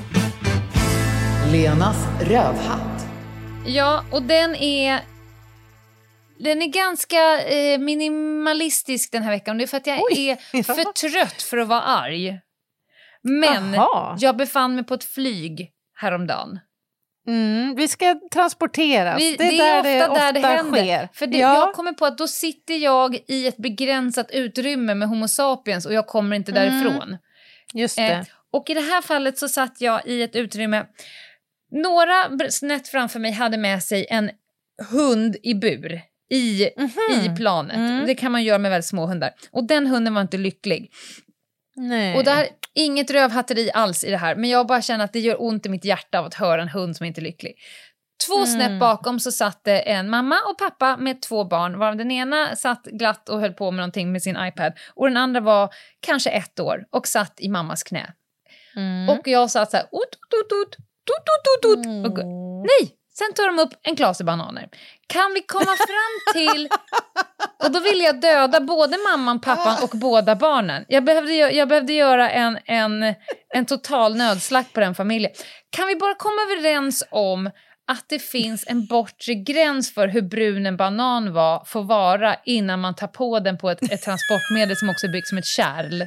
Lenas rövhatt. Ja, och den är den är ganska eh, minimalistisk den här veckan. Det är för att jag Oj, är ja. för trött för att vara arg. Men Aha. jag befann mig på ett flyg häromdagen. Mm, vi ska transporteras. Vi, det är där ofta där det händer. sker. För det, ja. jag kommer på att då sitter jag i ett begränsat utrymme med Homo sapiens och jag kommer inte därifrån. Just det. Eh, och i det här fallet så satt jag i ett utrymme. Några snett framför mig hade med sig en hund i bur i, Mhm. i planet. Mm. Det kan man göra med väldigt små hundar. Och den hunden var inte lycklig. Nej. Och där, inget rövhatteri alls i det här. Men jag bara känner att det gör ont i mitt hjärta av att höra en hund som inte är lycklig. Två Mm. snett bakom så satt det en mamma och pappa med två barn. Varav den ena satt glatt och höll på med någonting med sin iPad. Och den andra var kanske ett år och satt i mammas knä. Mm. Och jag satt så här, ut, ut, ut, ut, ut, ut, ut, Mm. och, nej, sen tog de upp en klase bananer. Kan vi komma fram till... Och då ville jag döda både mamman, pappan och båda barnen. Jag behövde, gö- jag behövde göra en, en, en total nödslakt på den familjen. Kan vi bara komma överens om att det finns en bortre gräns för hur brun en banan var, får vara innan man tar på den på ett, ett transportmedel som också är byggt som ett kärl?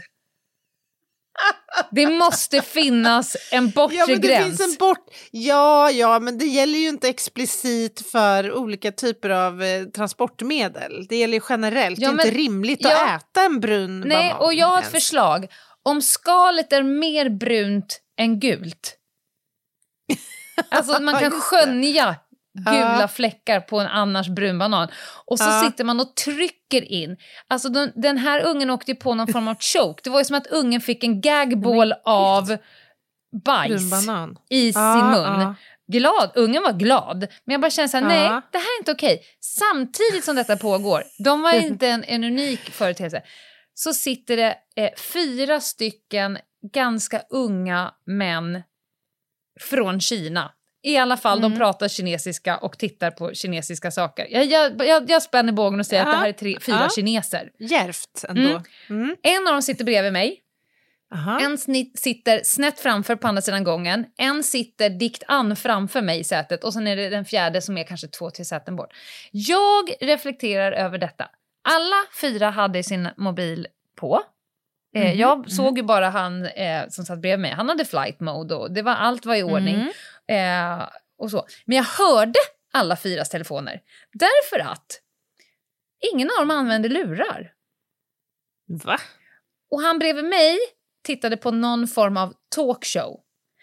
Det måste finnas en bortre Ja, men det gräns. finns en bort... Ja, ja, men det gäller ju inte explicit för olika typer av eh, transportmedel. Det gäller ju generellt. Ja, det är inte men- rimligt ja. att äta en brun Nej, banan. och jag har ett ens. förslag. Om skalet är mer brunt än gult. Alltså man kan Just det. skönja gula Ja. fläckar på en annars brun banan. Och så Ja. sitter man och trycker in. Alltså den, den här ungen åkte ju på någon form av choke. Det var ju som att ungen fick en gagball av Brun bajs banan. i Ja, sin mun. ja. Glad, ungen var glad. Men jag bara kände så här, Ja. nej, det här är inte okej. Samtidigt som detta pågår, de var inte en, en unik företeelse, så sitter det eh, fyra stycken ganska unga män från Kina I alla fall, Mm. de pratar kinesiska och tittar på kinesiska saker. Jag, jag, jag, jag spänner bågen och säger Ja. att det här är tre, fyra Ja. kineser. Djärvt ändå. Mm. Mm. En av dem sitter bredvid mig. Aha. En snitt sitter snett framför på andra sidan gången. En sitter dikt an framför mig i sätet. Och sen är det den fjärde som är kanske två till säten bort. Jag reflekterar över detta. Alla fyra hade sin mobil på. Eh, Mhm, jag såg ju bara han eh, som satt bredvid mig. Han hade flight mode och det var, allt var i ordning. Mm. Eh, och så. Men jag hörde alla fyras telefoner. Därför att ingen av dem använde lurar. Va? Och han bredvid mig tittade på någon form av talkshow.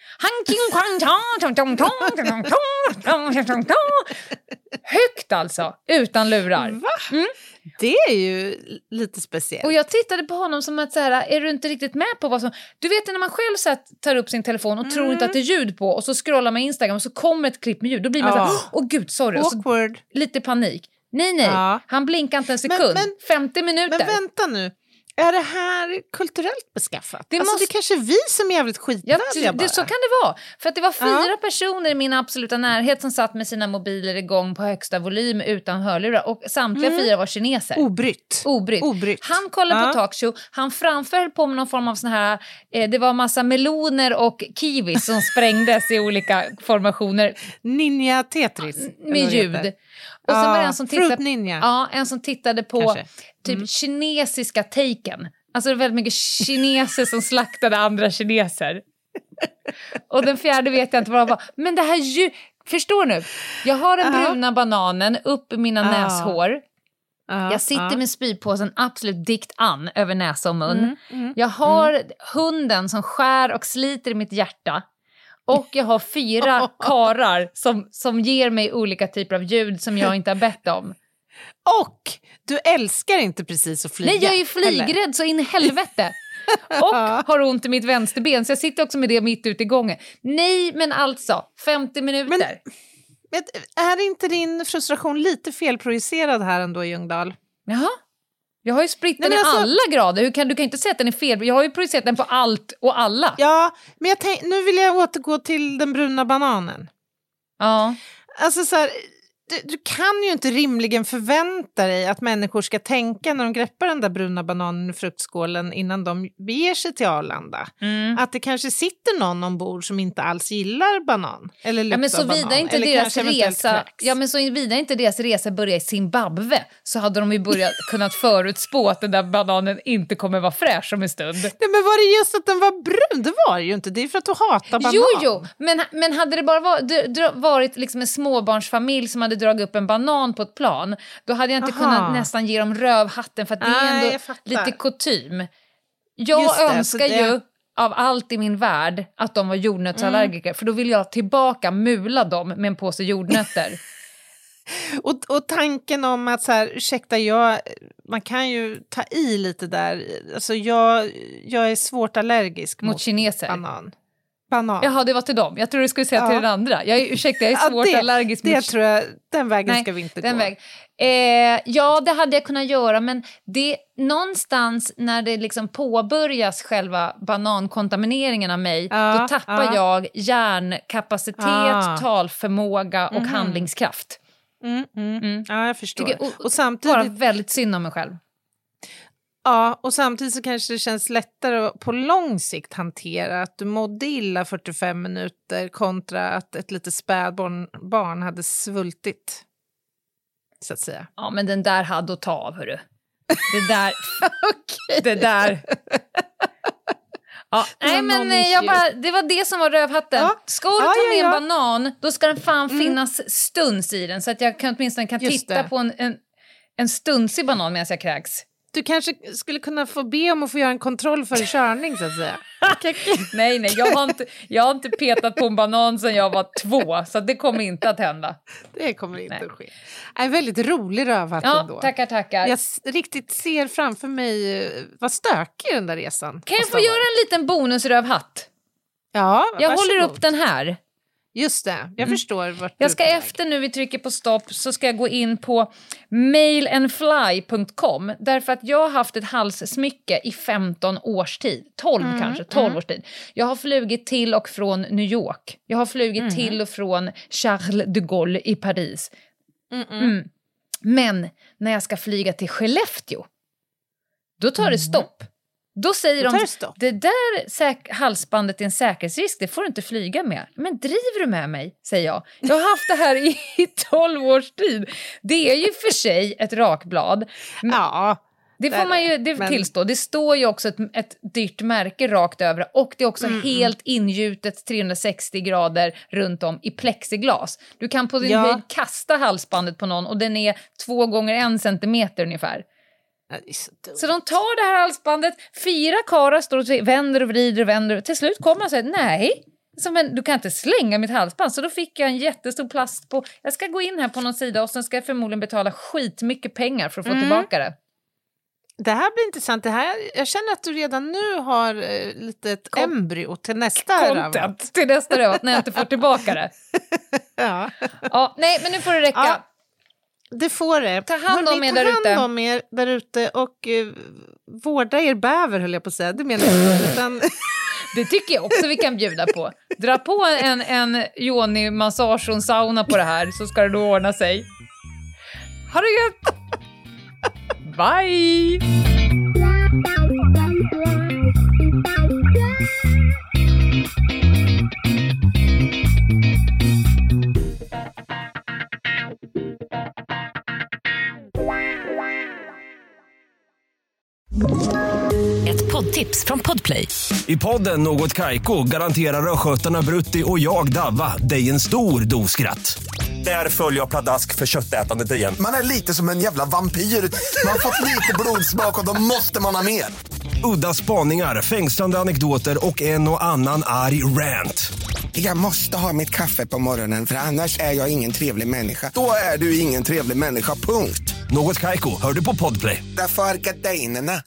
Högt alltså, utan lurar. Va? Mm. Det är ju lite speciellt. Och jag tittade på honom som att så här, är du inte riktigt med på vad som... Du vet när man själv så här, tar upp sin telefon och mm. tror inte att det är ljud på och så scrollar man Instagram och så kommer ett klipp med ljud. Då blir man ja. så här, åh gud, sorry. Och så, Awkward. lite panik. Nej, nej. Ja. Han blinkar inte en sekund. Men, men, femtio minuter. Men vänta nu. Är det här kulturellt beskaffat? Det, alltså, måste... det är kanske vi som är jävligt skitvänliga ja, bara. det, så kan det vara. För att det var fyra ja. personer i min absoluta närhet som satt med sina mobiler igång på högsta volym utan hörlurar. Och samtliga mm. fyra var kineser. Obrytt. Obrytt. Obrytt. Han kollade ja. på talkshow. Han framförde på med någon form av sån här... Eh, det var massa meloner och kiwis som sprängdes i olika formationer. Ninja Tetris. Med ljud. Och sen ja, var det en som tittade, Fruit Ninja. Ja, en som tittade på kanske. typ Mm. kinesiska taken. Alltså det var väldigt mycket kineser som slaktade andra kineser. Och den fjärde vet jag inte vad det var. Men det här ju... Förstår nu? Jag har den uh-huh. bruna bananen upp i mina uh-huh. näshår. Uh-huh. Jag sitter uh-huh. med spypåsen absolut dikt an över näsa och mun. Mm. Mm. Jag har mm. hunden som skär och sliter i mitt hjärta. Och jag har fyra karar som, som ger mig olika typer av ljud som jag inte har bett om. Och du älskar inte precis att flyga. Nej, jag är flygrädd eller? Så in i helvete. Och har ont i mitt vänsterben. Så jag sitter också med det mitt ute i gången. Nej, men alltså, femtio minuter. Men, men är inte din frustration lite felprojicerad här ändå, Ljungdahl? Jaha. Jag har ju spritt den i alltså, alla grader. Hur kan, du kan inte säga att den är fel. Jag har ju projicerat den på allt och alla. Ja, men jag tänk, nu vill jag återgå till den bruna bananen. Ja. Alltså så här... Du, du kan ju inte rimligen förvänta dig att människor ska tänka när de greppar den där bruna bananen i fruktskålen innan de beger sig till Arlanda. Mm. Att det kanske sitter någon ombord som inte alls gillar banan. Eller ja, men så vidare inte deras resa, ja, men så vidare inte deras resa börjar i Zimbabwe så hade de ju börjat kunnat förutspå att den där bananen inte kommer vara fräsch om en stund. Nej, men var det just att den var brun? Det var ju inte. Det är för att du hatar banan. Jo, jo. Men, men hade det bara varit, varit liksom en småbarnsfamilj som hade dragit upp en banan på ett plan, då hade jag inte Aha. kunnat nästan ge dem rövhatten för att det är Nej, ändå lite kutym. Jag det, önskar det... ju av allt i min värld att de var jordnötsallergiker, mm. för då vill jag tillbaka mula dem med en påse jordnötter. och, och tanken om att så här, ursäkta, jag, man kan ju ta i lite där. Alltså jag, jag är svårt allergisk mot, mot kineser. Banan. Banan. Jaha, det var till dem. Jag tror du skulle säga ja. till den andra. Jag är, ursäkta, jag är svårt ja, det, allergisk det mot... tror jag, den vägen Nej, ska vi inte den gå. Väg. Eh, ja, det hade jag kunnat göra, men det någonstans när det liksom påbörjas själva banankontamineringen av mig, ja, då tappar ja. jag hjärnkapacitet, ja. talförmåga och mm. handlingskraft. Mm, mm. Mm. Ja, jag förstår. Tycker, och, och samtidigt... Bara väldigt synd om mig själv. Ja, och samtidigt så kanske det känns lättare att på lång sikt hantera att du mådde illa fyrtiofem minuter kontra att ett litet spädbarn barn hade svultit, så att säga. Ja, men den där hade att ta av, hörru. Det där... okay. Det där... Ja, nej, men jag bara, det var det som var rövhatten. Ja. Ska du ta ja, med ja, ja. en banan, då ska den fan mm. finnas stuns i den. Så att jag kan, åtminstone kan Just titta det. på en, en, en stunsig banan medan jag kräks. Du kanske skulle kunna få be om att få göra en kontroll för körning, så att säga. nej, nej, jag har, inte, jag har inte petat på en banan sedan jag var två, så det kommer inte att hända. Det kommer inte nej. att ske. En väldigt rolig rövhatt ja, ändå. tackar, tackar. Jag riktigt ser framför mig vad stökig den där resan. Kan jag få göra en liten bonusrövhatt? Ja, Jag varsågod. håller upp den här. Just det, jag Mm. förstår vart Jag du ska är på väg. efter nu vi trycker på stopp så ska jag gå in på mail and fly punkt com därför att jag har haft ett halssmycke i femton års tid. tolv Mm, kanske, tolv mm. års tid. Jag har flugit till och från New York. Jag har flugit Mm. till och från Charles de Gaulle i Paris. Mm, mm. Mm. Men när jag ska flyga till Skellefteå, då tar det stopp. Då säger Då tar de, det stopp. det där säk- halsbandet är en säkerhetsrisk, det får du inte flyga med. Men driver du med mig, säger jag. Jag har haft det här i, i tolv års tid. Det är ju för sig ett rakblad. Ja, Det får man ju det men- tillstå. Det står ju också ett, ett dyrt märke rakt över och det är också Mm, helt ingjutet trehundrasextio grader runt om i plexiglas. Du kan på din Ja. höjd kasta halsbandet på någon och den är två gånger en centimeter ungefär. Ja, det är så dumt. Så de tar det här halsbandet, fyra karar står och vänder och vrider och vänder. Till slut kommer man och säger nej, så, men du kan inte slänga mitt halsband. Så då fick jag en jättestor plast på. Jag ska gå in här på någon sida och sen ska jag förmodligen betala skitmycket pengar för att få Mm. tillbaka det. Det här blir intressant. Det här, jag känner att du redan nu har eh, lite ett Kom- embryo till nästa rabatt. Content till nästa rövat när jag inte får tillbaka det. Ja. Ja, nej, men nu får det räcka. Ja. Det får det. Ta hand om Hörrni, er ta där ute. hand om er där ute och eh, vårda er bäver, höll jag på att säga. Det menar jag inte. Utan... Det tycker jag också vi kan bjuda på. Dra på en, en yoni-massage och en sauna på det här så ska det då ordna sig. Ha det gött! Bye! Ett poddtips från Podplay. I podden Något Kaiko garanterar skötarna Brutti och jag Davva dig en stor dos skratt. Där följer jag pladask för köttätandet igen. Man är lite som en jävla vampyr. Man har fått lite blodsmak och då måste man ha mer. Udda spaningar, fängslande anekdoter och en och annan arg rant. Jag måste ha mitt kaffe på morgonen för annars är jag ingen trevlig människa. Då är du ingen trevlig människa, punkt. Något Kaiko, hör du på Podplay. Därför är gardinerna.